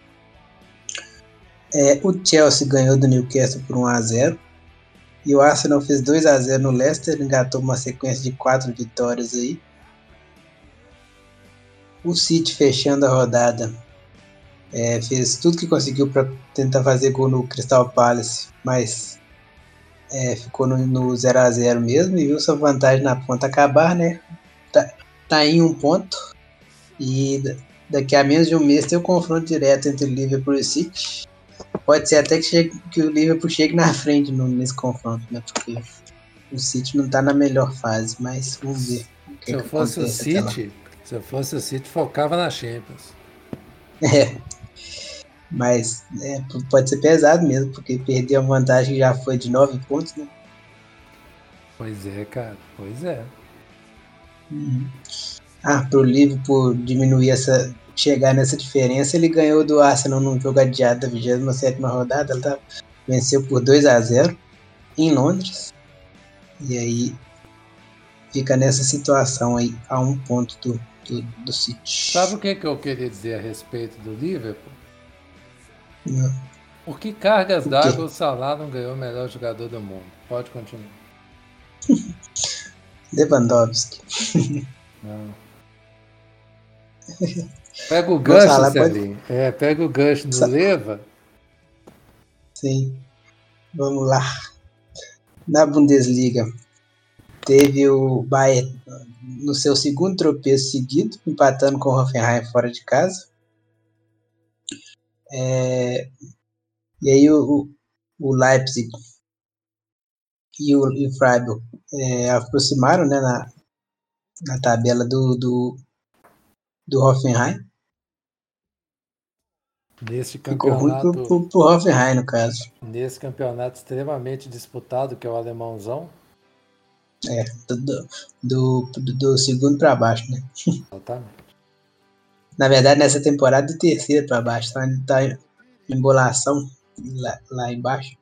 O Chelsea ganhou do Newcastle por 1-0. E o Arsenal fez 2-0 no Leicester, engatou uma sequência de 4 vitórias aí. O City, fechando a rodada, fez tudo que conseguiu para tentar fazer gol no Crystal Palace, mas ficou no 0-0 mesmo e viu sua vantagem na ponta acabar, né? Tá em 1 ponto e daqui a menos de um mês tem o confronto direto entre o Liverpool e o City. Pode ser até que o Liverpool chegue na frente nesse confronto, né? Porque o City não tá na melhor fase, mas vamos ver o que acontece até lá. Se eu fosse o City, focava na Champions. Mas pode ser pesado mesmo, porque perder a vantagem já foi de 9 pontos, né? Pois é, cara. Pois é. Uhum. Pro Liverpool diminuir chegar nessa diferença, ele ganhou do Arsenal num jogo adiado da 27ª rodada, ela venceu por 2-0 em Londres, e aí fica nessa situação aí, a 1 ponto do City. Sabe o que eu queria dizer a respeito do Liverpool? Não. Por que cargas d'água o Salah não ganhou o melhor jogador do mundo? Pode continuar. Lewandowski. Não. Pega o gancho, Celinho. Pega o gancho no Leva. Sim. Vamos lá. Na Bundesliga, teve o Bayern no seu segundo tropeço seguido, empatando com o Hoffenheim fora de casa. E aí o Leipzig e o Freiburg aproximaram, né, na tabela do Hoffenheim. Nesse Ficou ruim campeonato, pro Hoffenheim, no caso. Nesse campeonato extremamente disputado, que é o alemãozão. Do segundo para baixo, né? Exatamente. Na verdade, nessa temporada, do terceiro para baixo. Tá em embolação lá embaixo.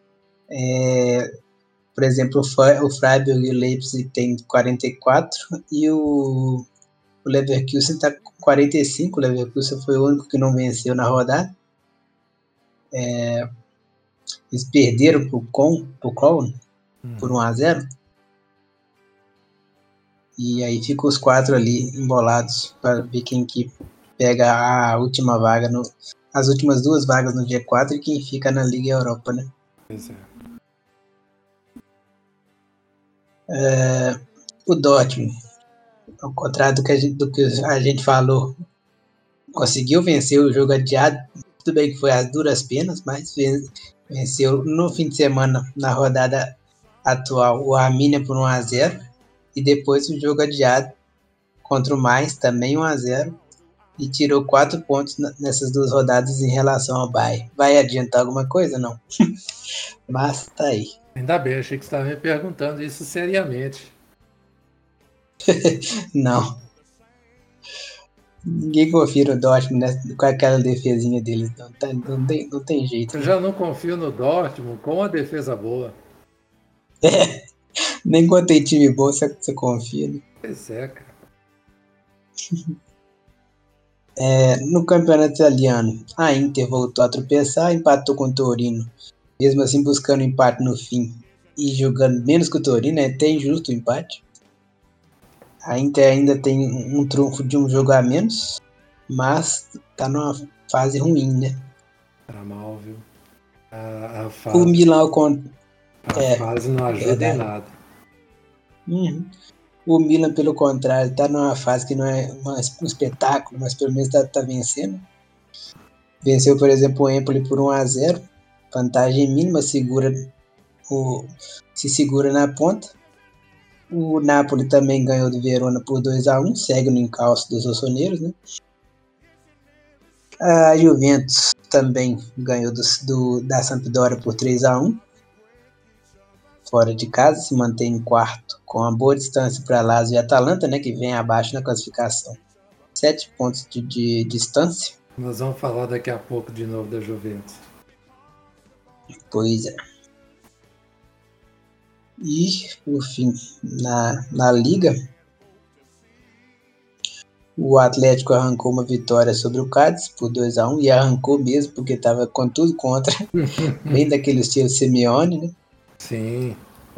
Por exemplo, o Freiburg e o Leipzig tem 44 e o Leverkusen está com 45. O Leverkusen foi o único que não venceu na rodada. Eles perderam pro Köln por 1-0. E aí ficam os 4 ali embolados para ver quem que pega a última vaga, as últimas 2 vagas no G4 e quem fica na Liga Europa, né? Pois é. O Dortmund, ao contrário do que a gente falou, conseguiu vencer o jogo adiado. Tudo bem que foi às duras penas, mas venceu no fim de semana, na rodada atual, o Arminia por 1-0. E depois o jogo adiado contra o Mainz, também 1-0. E tirou 4 pontos nessas 2 rodadas em relação ao Bayern. Vai adiantar alguma coisa? Não. Mas tá aí. Ainda bem, achei que você estava me perguntando isso seriamente. Não. Ninguém confia no Dortmund, né? Com aquela defesinha deles. Não tem jeito. Eu já não confio no Dortmund com a defesa boa. Nem quando tem time bom você confia, né? Pois é, cara. No campeonato italiano, a Inter voltou a tropeçar, empatou com o Torino, mesmo assim buscando empate no fim e jogando menos que o Torino, é até injusto o empate. A Inter ainda tem um trunfo de um jogo a menos, mas tá numa fase ruim, né? Tá mal, viu? A O fase, Milan a fase não ajuda em verdade. nada. Uhum. O Milan, pelo contrário, tá numa fase que não é um espetáculo, mas pelo menos tá vencendo. Venceu, por exemplo, o Empoli por 1-0. Vantagem mínima, se segura na ponta. O Napoli também ganhou do Verona por 2-1, segue no encalço dos rossoneiros, né? A Juventus também ganhou da Sampdoria por 3-1, fora de casa, se mantém em quarto, com uma boa distância para Lazio e Atalanta, né, que vem abaixo na classificação. 7 pontos de distância. Nós vamos falar daqui a pouco de novo da Juventus. Pois é. E, por fim, na Liga, o Atlético arrancou uma vitória sobre o Cádiz por 2-1, e arrancou mesmo, porque estava com tudo contra, bem daquele estilo Simeone, né? Sim.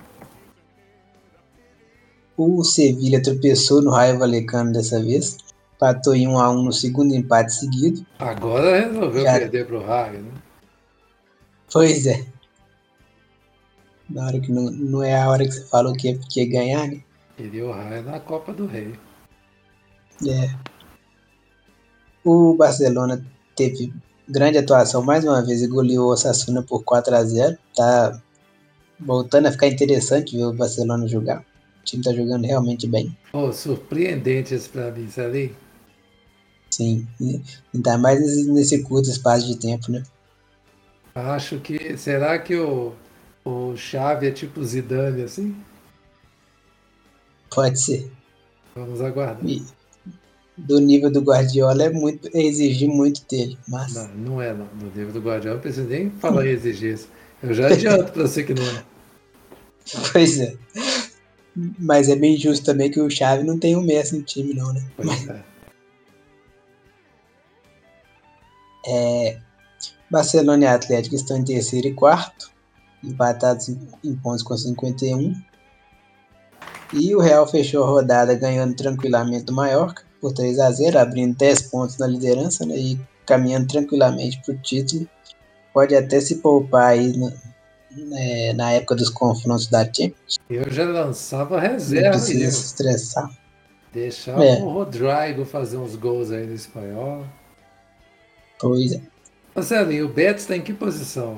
O Sevilha tropeçou no Raio Vallecano dessa vez, empatou em 1-1 no segundo empate seguido. Agora resolveu perder pro Raio, né? Pois é. Na hora que não é a hora que você falou que ia ganhar, né? Queria o Raio na Copa do Rei. O Barcelona teve grande atuação mais uma vez e goleou o Osasuna por 4-0. Tá voltando a ficar interessante ver o Barcelona jogar. O time tá jogando realmente bem. Surpreendente esse pra mim, sabe? Sim, ainda mais nesse curto espaço de tempo, né? Acho que... Será que o Xavi é tipo Zidane, assim? Pode ser. Vamos aguardar. E do nível do Guardiola é exigir muito dele, mas... Não é, não. No nível do Guardiola não preciso nem falar em exigência. Eu já adianto pra você que não é. Pois é. Mas é bem justo também que o Xavi não tem o Messi no time, não, né? Pois é. Barcelona e Atlético estão em terceiro e quarto, empatados em pontos com 51. E o Real fechou a rodada ganhando tranquilamente o Mallorca por 3-0, abrindo 10 pontos na liderança, né, e caminhando tranquilamente para o título. Pode até se poupar aí na época dos confrontos da Champions. Eu já lançava Não reserva precisa aí. se estressar. Deixava o Rodrigo fazer uns gols aí no espanhol. Pois é. Marcelinho, o Betis está em que posição?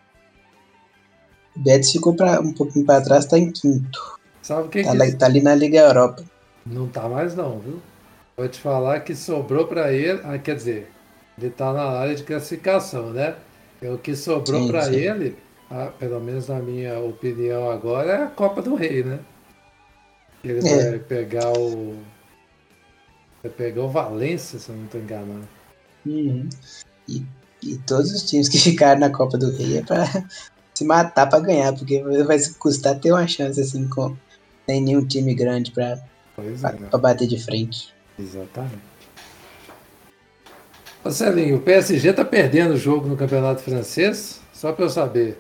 O Betis ficou um pouquinho para trás, está em quinto. Sabe o que Tá ali na Liga Europa. Não tá mais não, viu? Vou te falar que sobrou para ele... quer dizer, ele tá na área de classificação, né? O que sobrou para ele, pelo menos na minha opinião agora, é a Copa do Rei, né? Ele vai pegar o... Vai pegar o Valência, se eu não estou enganado. Uhum. E todos os times que ficaram na Copa do Rei é para se matar para ganhar, porque vai custar ter uma chance assim sem nenhum time grande para bater de frente. Exatamente. Marcelinho, o PSG tá perdendo o jogo no Campeonato Francês? Só para eu saber.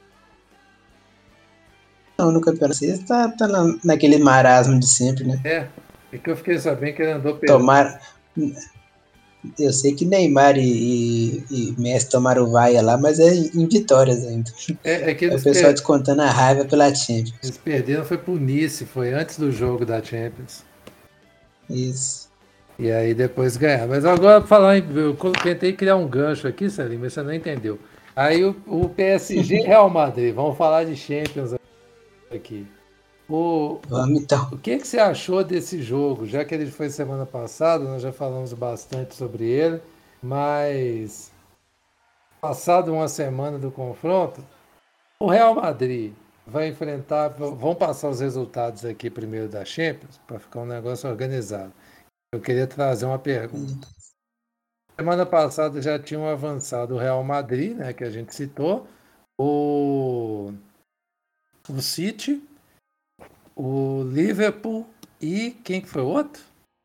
Não, no Campeonato Francês tá naquele marasmo de sempre, né? É que eu fiquei sabendo que ele andou perdendo. Eu sei que Neymar e Messi tomaram vaia lá, mas é em vitórias ainda. É que É o pessoal descontando a raiva pela Champions. eles perderam, foi pro Nice, foi antes do jogo da Champions. Isso. E aí depois ganhar. Mas agora, pra falar eu tentei criar um gancho aqui, Salim, mas você não entendeu. Aí o PSG e Real Madrid, vamos falar de Champions aqui. Vamos então. O que você achou desse jogo? Já que ele foi semana passada, nós já falamos bastante sobre ele, mas passado uma semana do confronto, o Real Madrid vai enfrentar, vão passar os resultados aqui primeiro da Champions, para ficar um negócio organizado. Eu queria trazer uma pergunta. Semana passada já tinham avançado o Real Madrid, né, que a gente citou, o City, o Liverpool e quem que foi o outro?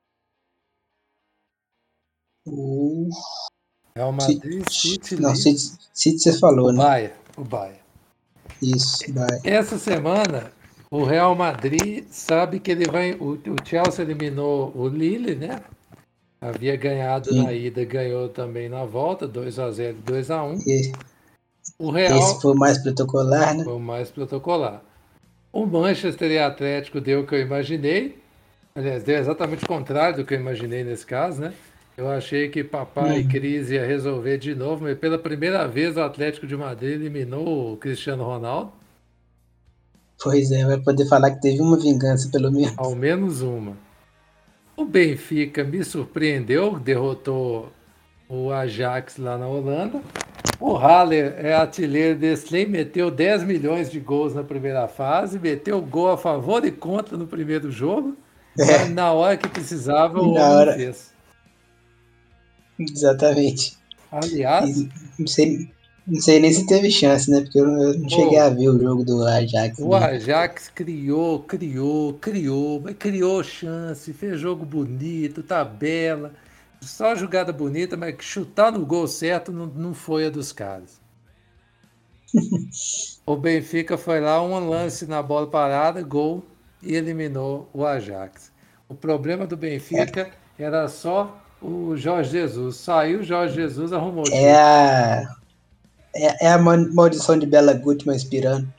O Real Madrid, City, não, Liverpool. City você falou, né? O Bayern. Isso, Bayern. Essa semana, o Real Madrid sabe que ele vai. O Chelsea eliminou o Lille, né? Havia ganhado na ida, ganhou também na volta, 2-0 e 2-1. O Real Esse foi o mais protocolar, né? foi o mais protocolar. O Manchester e Atlético deu o que eu imaginei. Aliás, deu exatamente o contrário do que eu imaginei nesse caso, né? Eu achei que papai Cris ia resolver de novo, mas pela primeira vez o Atlético de Madrid eliminou o Cristiano Ronaldo. Pois é, vai poder falar que teve uma vingança, pelo menos. Ao menos uma. O Benfica me surpreendeu, derrotou o Ajax lá na Holanda. O Haller é artilheiro desse lei, meteu 10 milhões de gols na primeira fase, meteu gol a favor e contra no primeiro jogo, mas na hora que precisava o homem não fez. Exatamente. Aliás, não sei nem se teve chance, né? Porque eu não cheguei a ver o jogo do Ajax. O Ajax criou, mas criou chance, fez jogo bonito, tabela, só jogada bonita, mas chutar no gol certo não foi a dos caras. O Benfica foi lá, um lance na bola parada, gol, e eliminou o Ajax. O problema do Benfica era só o Jorge Jesus. Saiu o Jorge Jesus, arrumou o time. É a maldição de Bela Gutmann inspirando.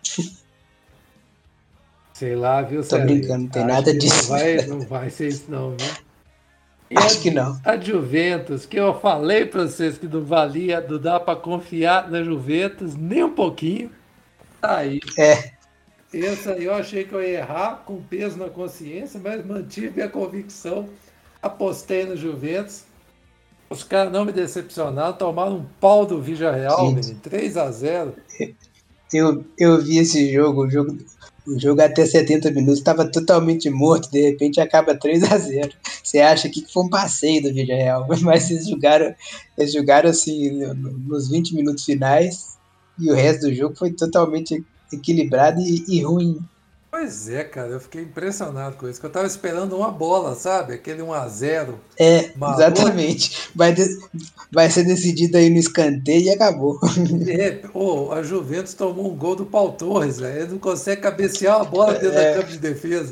Sei lá, viu, Tô brincando, não tem nada disso. Não vai ser isso não, viu? E Acho que não. A Juventus, que eu falei para vocês que não valia, não dá para confiar na Juventus nem um pouquinho. Tá aí. Essa eu achei que eu ia errar com peso na consciência, mas mantive a convicção. Apostei no Juventus. Os caras não me decepcionaram, tomaram um pau do Villarreal, 3-0. Eu vi esse jogo, o jogo até 70 minutos estava totalmente morto, de repente acaba 3-0. Você acha que foi um passeio do Villarreal, mas eles jogaram assim nos 20 minutos finais e o resto do jogo foi totalmente equilibrado e ruim. Pois é, cara, eu fiquei impressionado com isso, que eu tava esperando uma bola, sabe? Aquele 1-0. Exatamente. Vai ser decidido aí no escanteio e acabou. A Juventus tomou um gol do Paul Torres, velho. Ele não consegue cabecear a bola dentro da campo de defesa.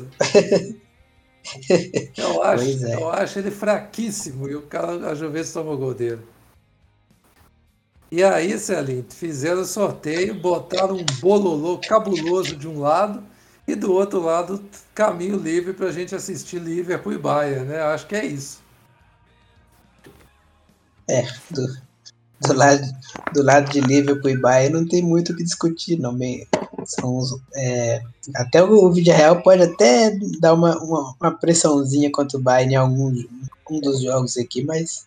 Eu acho ele fraquíssimo e a Juventus tomou o gol dele. E aí, Celinho, fizeram o sorteio, botaram um bololô cabuloso de um lado e do outro lado caminho livre para a gente assistir Liverpool e Bayern, né? Acho que é isso. Do lado de Liverpool e Bayern não tem muito o que discutir, não. Até o Villarreal pode até dar uma pressãozinha contra o Bayern em algum dos jogos aqui, mas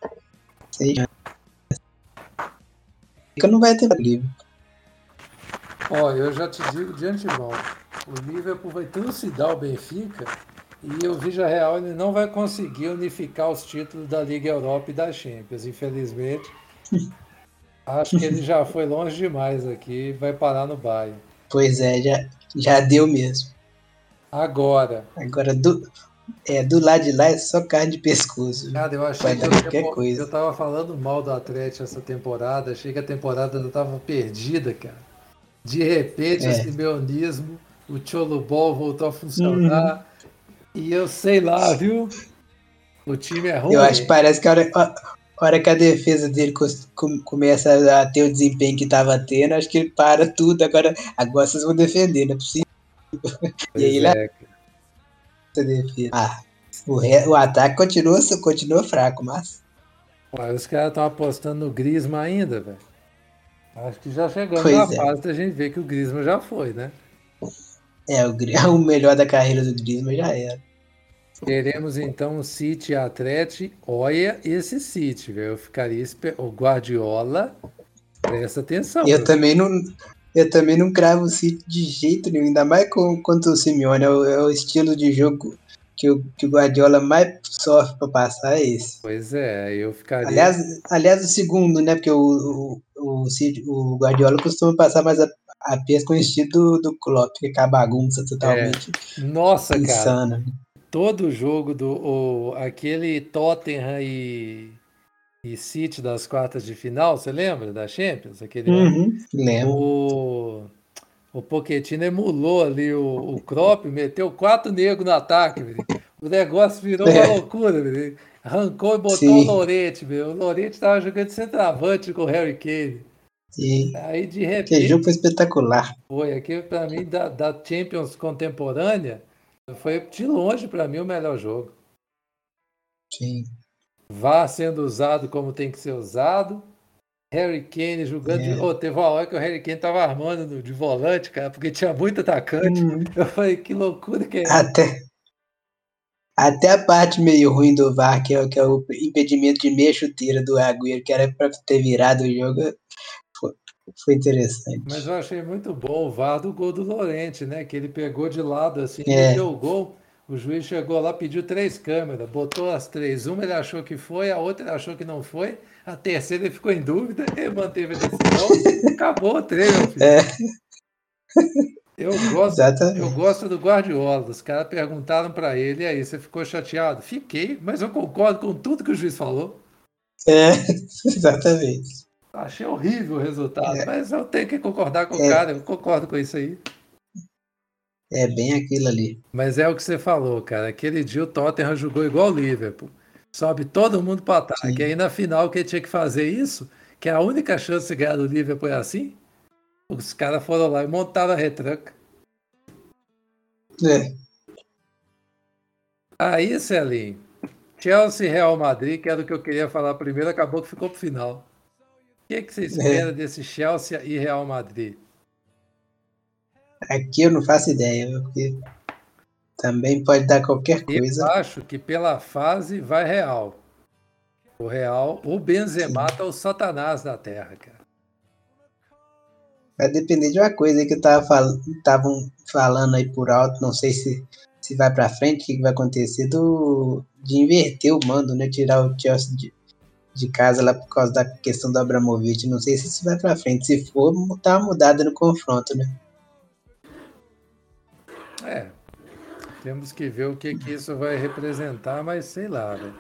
não vai ter livre. Eu já te digo de antemão, o Liverpool vai trucidar o Benfica e o Villarreal ele não vai conseguir unificar os títulos da Liga Europa e da Champions, infelizmente. Acho que ele já foi longe demais aqui e vai parar no Bayern. Pois é, já deu mesmo. Agora do lado de lá é só carne de pescoço. Cara, eu achei que eu tava falando mal do Atlético essa temporada, achei que a temporada já tava perdida, cara. De repente, o simeonismo, o Tcholubol voltou a funcionar. E eu sei lá, viu? O time é ruim. Eu acho que parece que a hora que a defesa dele começa a ter o desempenho que estava tendo, acho que ele para tudo. Agora vocês vão defender, não é possível. E aí ele defesa. O ataque continua fraco, mas. Ué, os caras estão apostando no Griezmann ainda, velho. Acho que já chegamos Pois na fase da gente ver que o Griezmann já foi, né? O melhor da carreira do Griezmann já era. Teremos então o City e Atlético. Olha esse City, velho. Eu ficaria o Guardiola. Presta atenção. Eu também não cravo o City de jeito nenhum, ainda mais contra o Simeone. É o estilo de jogo que o Guardiola mais sofre para passar, é esse. Pois é, eu ficaria. Aliás, o segundo, né? Porque o Guardiola costuma passar mais a peça com o estilo do Klopp, que é a bagunça totalmente Nossa, insana. cara. Todo jogo aquele Tottenham e City das quartas de final, você lembra da Champions? Aquele Lembro. O Pochettino emulou ali o Klopp, meteu 4 negros no ataque, velho. O negócio virou uma loucura, velho. Arrancou e botou o Llorente, velho. O Llorente estava jogando de centroavante com o Harry Kane. Sim. Aí de repente. Aquele jogo foi espetacular. Foi, aqui para mim da Champions contemporânea, foi de longe para mim o melhor jogo. Sim. VAR sendo usado como tem que ser usado. Harry Kane jogando. Teve uma hora que o Harry Kane tava armando de volante, cara, porque tinha muito atacante. Eu falei, que loucura que é isso. Até a parte meio ruim do VAR, que é o impedimento de meia chuteira do Agüero, que era para ter virado o jogo, foi interessante. Mas eu achei muito bom o VAR do gol do Llorente, né? Que ele pegou de lado assim, e deu o gol. O juiz chegou lá, pediu 3 câmeras, botou as 3. Uma ele achou que foi, a outra ele achou que não foi, a terceira ele ficou em dúvida, ele manteve a decisão, acabou o treino, filho. Eu gosto do Guardiola. Os caras perguntaram para ele, e aí, você ficou chateado? Fiquei, mas eu concordo com tudo que o juiz falou. Exatamente. Achei horrível o resultado, mas eu tenho que concordar com o cara, eu concordo com isso aí. É bem aquilo ali. Mas é o que você falou, cara. Aquele dia o Tottenham jogou igual o Liverpool. Sobe todo mundo para ataque. Aí na final que ele tinha que fazer isso, que é a única chance de ganhar do Liverpool é assim, os caras foram lá e montaram a retranca. Aí, Celinho, Chelsea e Real Madrid, que era o que eu queria falar primeiro, acabou que ficou pro final. O que você espera desse Chelsea e Real Madrid? Aqui eu não faço ideia, porque também pode dar qualquer coisa. Eu acho que pela fase vai Real. O Benzema tá o satanás da terra, cara. Vai depender de uma coisa aí que estavam falando aí por alto, não sei se vai pra frente, o que vai acontecer de inverter o mando, né? Tirar o Chelsea de casa lá por causa da questão do Abramovich. Não sei se isso vai pra frente. Se for, tá uma mudada no confronto, né? Temos que ver o que isso vai representar, mas sei lá, velho.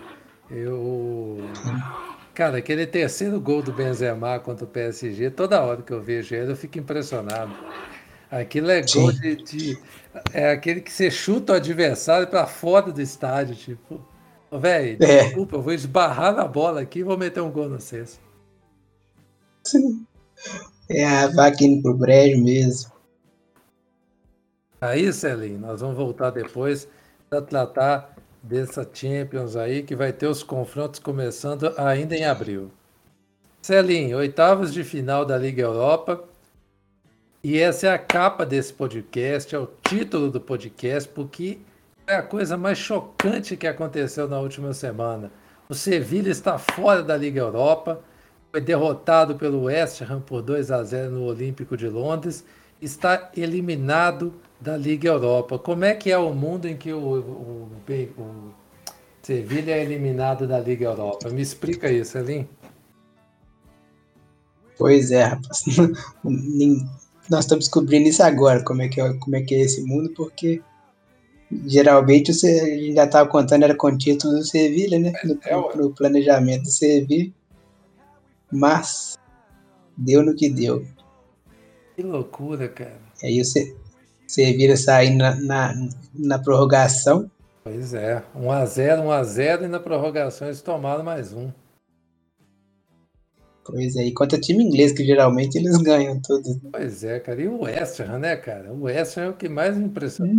Cara, aquele terceiro gol do Benzema contra o PSG, toda hora que eu vejo ele, eu fico impressionado. Aquilo é gol é aquele que você chuta o adversário para fora do estádio, tipo, velho, desculpa, eu vou esbarrar na bola aqui e vou meter um gol no cesto. É a vaca indo pro brejo mesmo. Aí, Celinho, nós vamos voltar depois para tratar dessa Champions aí, que vai ter os confrontos começando ainda em abril. Celinho, oitavos de final da Liga Europa. E essa é a capa desse podcast, é o título do podcast, porque é a coisa mais chocante que aconteceu na última semana. O Sevilla está fora da Liga Europa, foi derrotado pelo West Ham por 2-0 no Olímpico de Londres, está eliminado da Liga Europa. Como é que é o mundo em que o Sevilla é eliminado da Liga Europa? Me explica isso, Celinho. Pois é, rapaz. Nós estamos descobrindo isso agora, como é que é esse mundo, porque geralmente a gente já estava contando, era com o título do Sevilla, né? No planejamento do Sevilla. Mas deu no que deu. Que loucura, cara. E aí o Sevilla saindo na prorrogação. Pois é, 1-0 e na prorrogação eles tomaram mais um. Pois é, e contra time inglês, que geralmente eles ganham todos. Pois é, cara. E o West Ham, né, cara? O West Ham é o que mais me impressiona.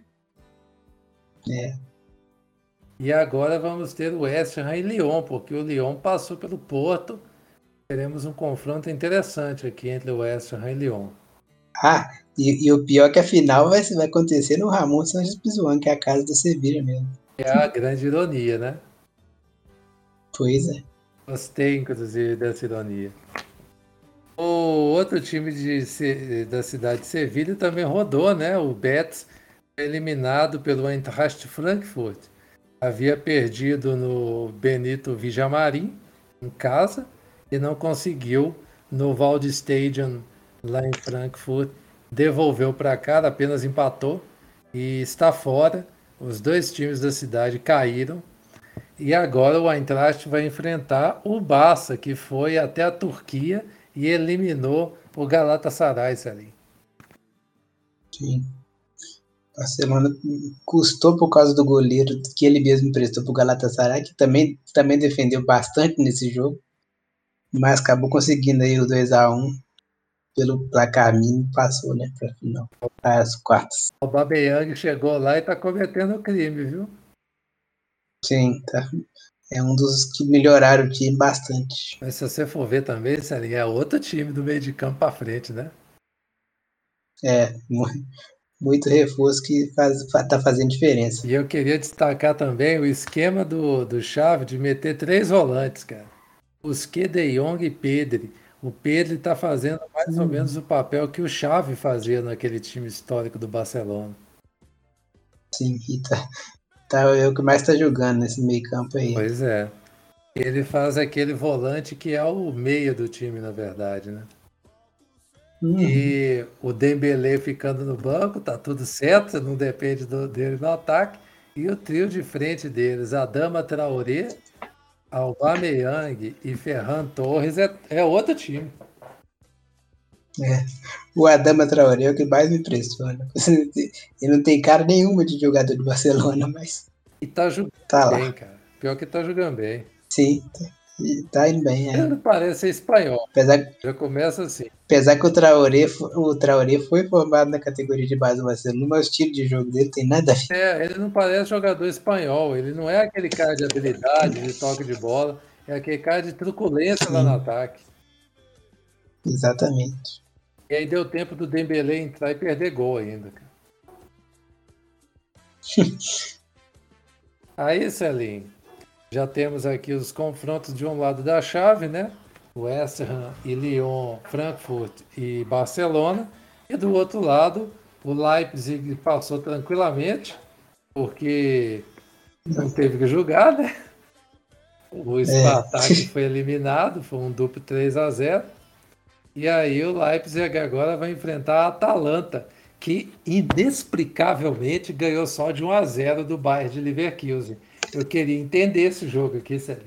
É. E agora vamos ter o West Ham e Lyon, porque o Lyon passou pelo Porto. Teremos um confronto interessante aqui entre o West Ham e Lyon. Ah, e o pior é que a final vai acontecer no Ramon Sánchez Pizjuán, que é a casa do Sevilla mesmo. É a grande ironia, né? Pois é. Gostei, inclusive, dessa ironia. O outro time da cidade de Sevilha também rodou, né? O Betis foi eliminado pelo Eintracht Frankfurt. Havia perdido no Benito Villamarín, em casa, e não conseguiu no Waldstadion, lá em Frankfurt, devolveu para cá, apenas empatou e está fora. Os dois times da cidade caíram. E agora o Eintracht vai enfrentar o Barça, que foi até a Turquia e eliminou o Galatasaray ali. Sim. Barcelona custou por causa do goleiro que ele mesmo emprestou para o Galatasaray, que também defendeu bastante nesse jogo, mas acabou conseguindo aí o 2-1 pelo placar mínimo, passou, né, para final, para as quartas. O Aubameyang chegou lá e está cometendo crime, viu? Sim, tá. É um dos que melhoraram o time bastante. Mas se você for ver também, Celinho, é outro time do meio de campo para frente, né? É, muito reforço que tá fazendo diferença. E eu queria destacar também o esquema do Xavi de meter 3 volantes, cara. Busquets, De Jong e Pedri. O Pedri está fazendo mais ou menos o papel que o Xavi fazia naquele time histórico do Barcelona. Sim, e é o que mais tá jogando nesse meio campo aí. Pois é. Ele faz aquele volante que é o meio do time, na verdade, né? E o Dembélé ficando no banco, tá tudo certo, não depende dele no ataque. E o trio de frente deles, Adama Traoré, Aubameyang e Ferran Torres, é outro time. É. O Adama Traoré é o que mais me impressiona. Ele não tem cara nenhuma de jogador do Barcelona, mas E tá jogando tá bem, lá. cara. Pior que tá jogando bem. Sim, tá indo bem. Ele não parece ser espanhol. Apesar Já começa assim. que o Traoré foi formado na categoria de base do Barcelona, mas o estilo de jogo dele tem nada a ver. Ele não parece jogador espanhol. Ele não é aquele cara de habilidade, de toque de bola. É aquele cara de truculência lá no ataque. Exatamente. E aí deu tempo do Dembélé entrar e perder gol ainda. Aí, Celinho, já temos aqui os confrontos de um lado da chave, né? West Ham e Lyon, Frankfurt e Barcelona. E do outro lado, o Leipzig passou tranquilamente, porque não teve que jogar, né? O Spartak foi eliminado, foi um duplo 3-0. E aí o Leipzig agora vai enfrentar a Atalanta, que inexplicavelmente ganhou só de 1-0 do Bayern de Leverkusen. Eu queria entender esse jogo aqui, Celinho.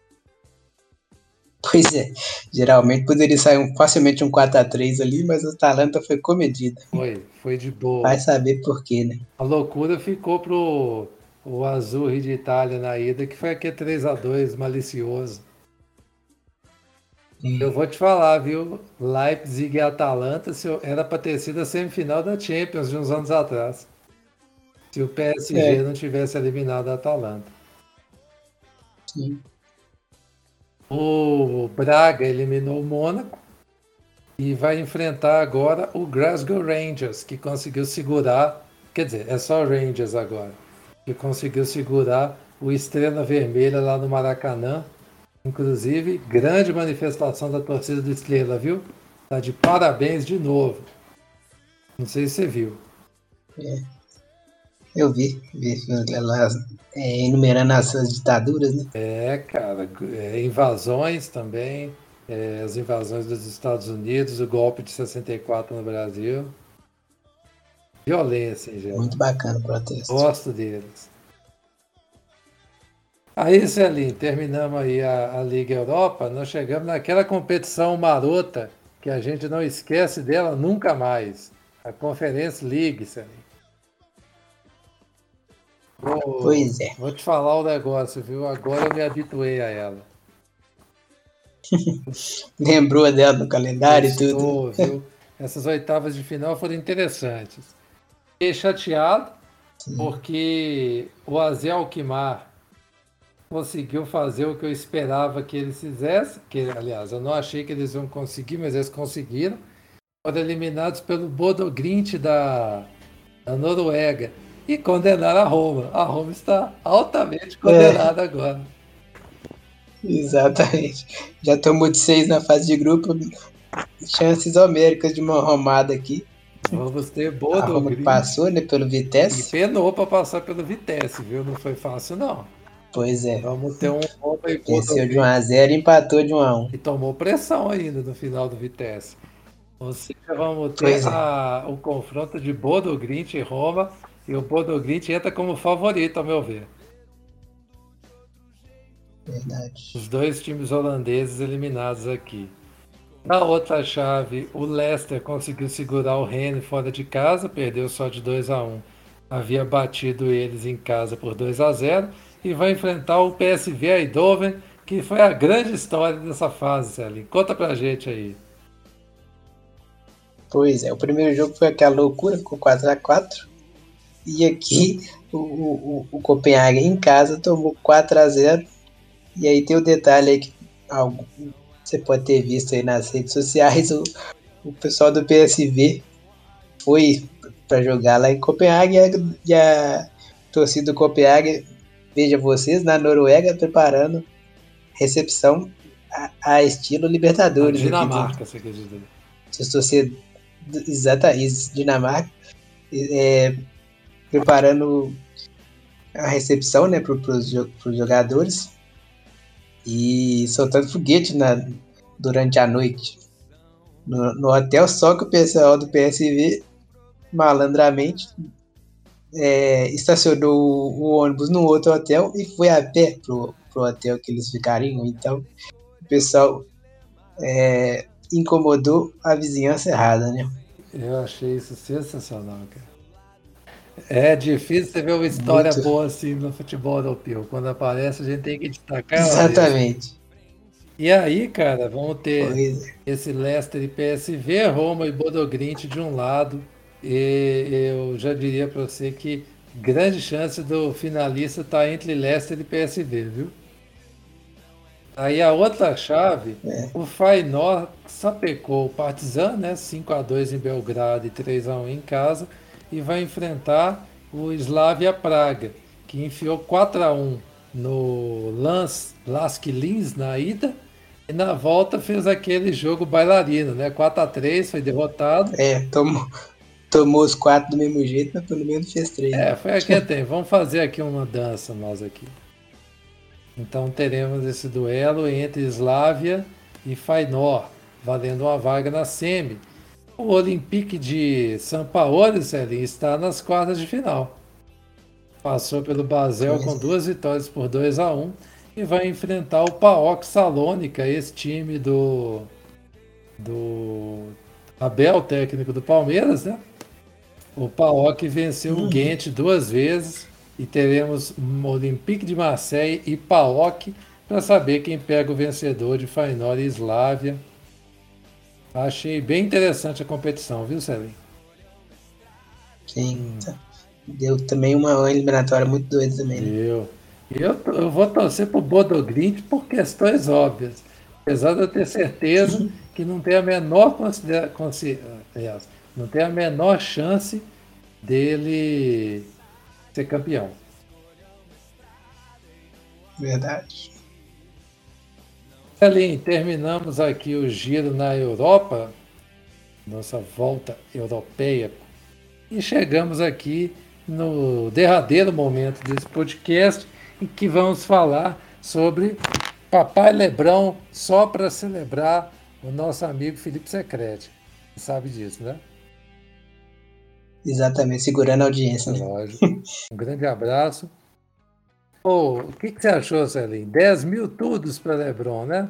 Pois é, geralmente poderia sair facilmente um 4-3 ali, mas a Atalanta foi comedida. Foi de boa. Vai saber por quê, né? A loucura ficou pro o Azzurri de Itália na ida, que foi aquele 3-2 malicioso. Eu vou te falar, viu? Leipzig e Atalanta era para ter sido a semifinal da Champions de uns anos atrás. Se o PSG não tivesse eliminado a Atalanta. Sim. O Braga eliminou o Mônaco e vai enfrentar agora o Glasgow Rangers, que conseguiu segurar, quer dizer, é só Rangers agora, que conseguiu segurar o Estrela Vermelha lá no Maracanã. Inclusive, grande manifestação da torcida do Estrela, viu? Tá de parabéns de novo. Não sei se você viu. Eu vi ela enumerando as ditaduras, né? Cara, invasões também, as invasões dos Estados Unidos, o golpe de 64 no Brasil. Violência, em geral. Muito bacana o protesto. Gosto deles. Aí, Celinho, terminamos aí a Liga Europa, nós chegamos naquela competição marota que a gente não esquece dela nunca mais. A Conference League, Celinho. Pois é. Vou te falar um negócio, viu? Agora eu me habituei a ela. Lembrou dela no calendário e tudo. Gostou, viu? Essas oitavas de final foram interessantes. Fiquei chateado porque o Azel Alkmaar conseguiu fazer o que eu esperava que eles fizessem, que, aliás, eu não achei que eles iam conseguir, mas eles conseguiram. Foram eliminados pelo Bodo Glimt da Noruega e condenaram a Roma. A Roma está altamente condenada agora. Exatamente. Já tomou de 6 na fase de grupo. Chances homéricas de uma romada aqui. Vamos ter A Bodo Roma que Glimt passou, né, pelo e Vitesse. penou para passar pelo Vitesse, viu? Não foi fácil, não. Pois é. Vamos ter um Roma e Bodo Venceu de Glimt 1-0 e empatou de 1-1. e tomou pressão ainda no final do Vitesse. Ou seja, vamos ter Pois é. o confronto de Bodo Glimt e Roma, e o Bodo Glimt entra como favorito, ao meu ver. Verdade. Os dois times holandeses eliminados aqui. Na outra chave, o Leicester conseguiu segurar o Rennes fora de casa, perdeu só de 2-1. Havia batido eles em casa por 2-0 e vai enfrentar o PSV Eindhoven, que foi a grande história dessa fase, Celinho. Conta pra gente aí. Pois é. O primeiro jogo foi aquela loucura, ficou 4-4. E aqui o Copenhague em casa tomou 4-0. E aí tem o detalhe aí que você pode ter visto aí nas redes sociais. O pessoal do PSV foi para jogar lá em Copenhague e a torcida do Copenhague, veja vocês, na Noruega preparando recepção a estilo A Libertadores aqui Dinamarca, você quer dizer. dos torcedores. Exata, isso, Dinamarca, preparando a recepção, né, para os jogadores e soltando foguete durante a noite no hotel, só que o pessoal do PSV malandramente estacionou o ônibus no outro hotel e foi a pé pro hotel que eles ficariam. Então o pessoal incomodou a vizinhança errada, né? Eu achei isso sensacional, cara. É difícil você ver uma história Muito. boa assim no futebol europeu. Quando aparece, a gente tem que destacar ela mesmo. Exatamente. E aí, cara, vamos ter Pois é. esse Leicester e PSV, Roma e Bodo Glimt de um lado. E eu já diria para você que grande chance do finalista estar entre Leicester e PSV, viu? Aí a outra chave, o Feyenoord sapecou o Partizan, né? 5-2 em Belgrado e 3-1 em casa, e vai enfrentar o Slavia Praga, que enfiou 4-1 no Lask Linz na ida, e na volta fez aquele jogo bailarino, né? 4-3, foi derrotado. Tomou os 4 do mesmo jeito, mas pelo menos fez 3, né? Foi aqui tem. Vamos fazer aqui uma dança nós aqui. Então teremos esse duelo entre Slavia e Feyenoord, valendo uma vaga na semi. O Olympique de São Paulo, Celinho, está nas quartas de final. Passou pelo Basel com 2 vitórias por 2-1 e vai enfrentar o PAOK Salônica, esse time do Abel, técnico do Palmeiras, né? O PAOK venceu o Ghent 2 vezes e teremos Olympique de Marseille e PAOK para saber quem pega o vencedor de Feyenoord e Slavia. Achei bem interessante a competição, viu, Celinho? Sim. Deu também uma eliminatória muito doida também, né? Eu vou torcer para o Bodo Glimt por questões óbvias. Apesar de eu ter certeza que não tem a menor não tem a menor chance dele ser campeão. Verdade. Celinho, terminamos aqui o giro na Europa, nossa volta europeia, e chegamos aqui no derradeiro momento desse podcast, em que vamos falar sobre Papai Lebrão, só para celebrar o nosso amigo Felipe Secrete. Você sabe disso, né? Exatamente, segurando a audiência, né? Lógico. Um grande abraço. O que você achou, Celinho? 10 mil tudos para Lebron, né?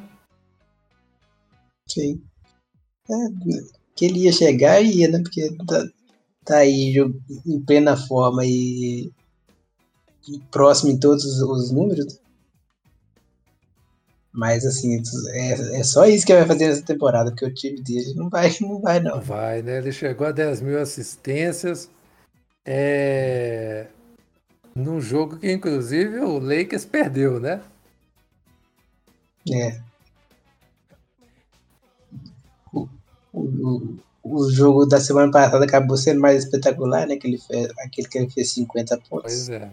Sim. Que ele ia chegar e ia, né? Porque tá aí em plena forma e próximo em todos os números. Mas assim, é só isso que vai fazer nessa temporada, porque o time dele não vai Não não. vai, né? Ele chegou a 10 mil assistências. Num jogo que, inclusive, o Lakers perdeu, né? É. O, o jogo da semana passada acabou sendo mais espetacular, né? Aquele que ele fez 50 Pois pontos. é.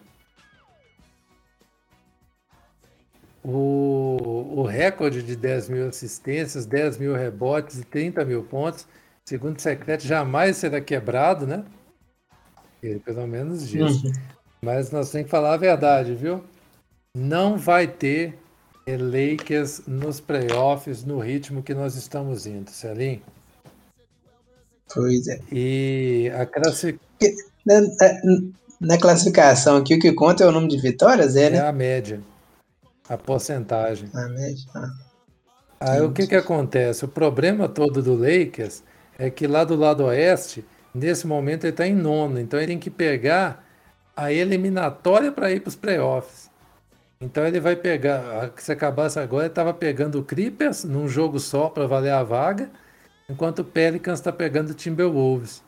O recorde de 10 mil assistências, 10 mil rebotes e 30 mil pontos, segundo o Secreto, jamais será quebrado, né? Ele pelo menos diz. Uhum. Mas nós temos que falar a verdade, viu? Não vai ter Lakers nos playoffs no ritmo que nós estamos indo, Celim. Pois é. E a classificação Na, na classificação aqui, o que conta é o número de vitórias, é né? a média, a porcentagem. A média. Aí o que que Entendi. acontece? O problema todo do Lakers é que lá do lado oeste, nesse momento ele está em nono, então ele tem que pegar a eliminatória para ir para os playoffs. Então ele vai pegar, se acabasse agora, ele estava pegando o Clippers num jogo só para valer a vaga, enquanto o Pelicans está pegando o Timberwolves.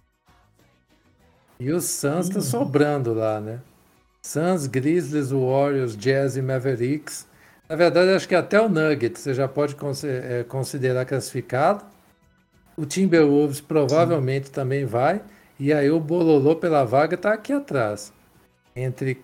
E o Suns está sobrando lá, né? Suns, Grizzlies, Warriors, Jazz e Mavericks. Na verdade, acho que até o Nuggets você já pode considerar classificado. O Timberwolves provavelmente também vai. E aí o bololô pela vaga está aqui atrás. Entre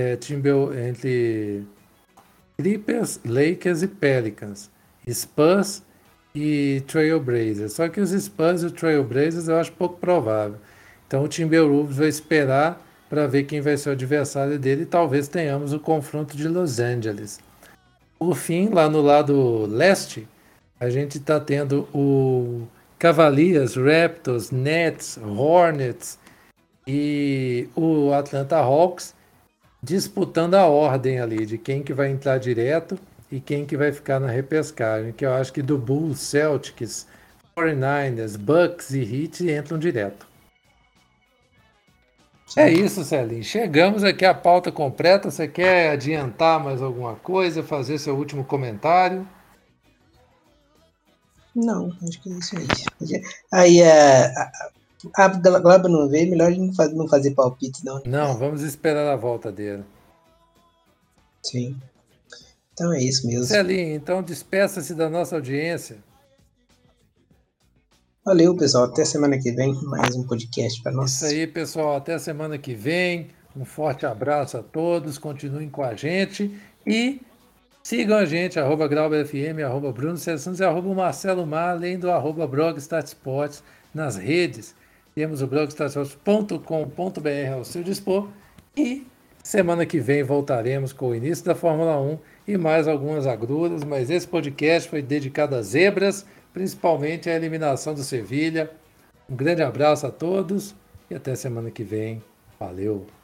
Clippers, Lakers e Pelicans. Spurs e Trailblazers. Só que os Spurs e o Trailblazers eu acho pouco provável. Então o Timberwolves vai esperar para ver quem vai ser o adversário dele e talvez tenhamos o confronto de Los Angeles. Por fim, lá no lado leste, a gente está tendo o Cavaliers, Raptors, Nets, Hornets e o Atlanta Hawks disputando a ordem ali de quem que vai entrar direto e quem que vai ficar na repescagem, que eu acho que do Bulls, Celtics, 49ers, Bucks e Heat entram direto. É isso, Celinho. Chegamos aqui à pauta completa. Você quer adiantar mais alguma coisa, fazer seu último comentário? Não, acho que é isso aí. Aí a Globo não veio, melhor a gente não fazer palpite, não. Não, vamos esperar a volta dele. Sim. Então é isso mesmo. Celinho, então despeça-se da nossa audiência. Valeu, pessoal. Até semana que vem. Mais um podcast para nós. Isso aí, pessoal. Até semana que vem. Um forte abraço a todos. Continuem com a gente e sigam a gente, @GrauberFM, @Bruno Cessantes e @Marcelo Mar, além do @BrogStatSports nas redes. Temos o blogstatsports.com.br ao seu dispor e semana que vem voltaremos com o início da Fórmula 1 e mais algumas agruras, mas esse podcast foi dedicado às zebras, principalmente à eliminação do Sevilha. Um grande abraço a todos e até semana que vem. Valeu!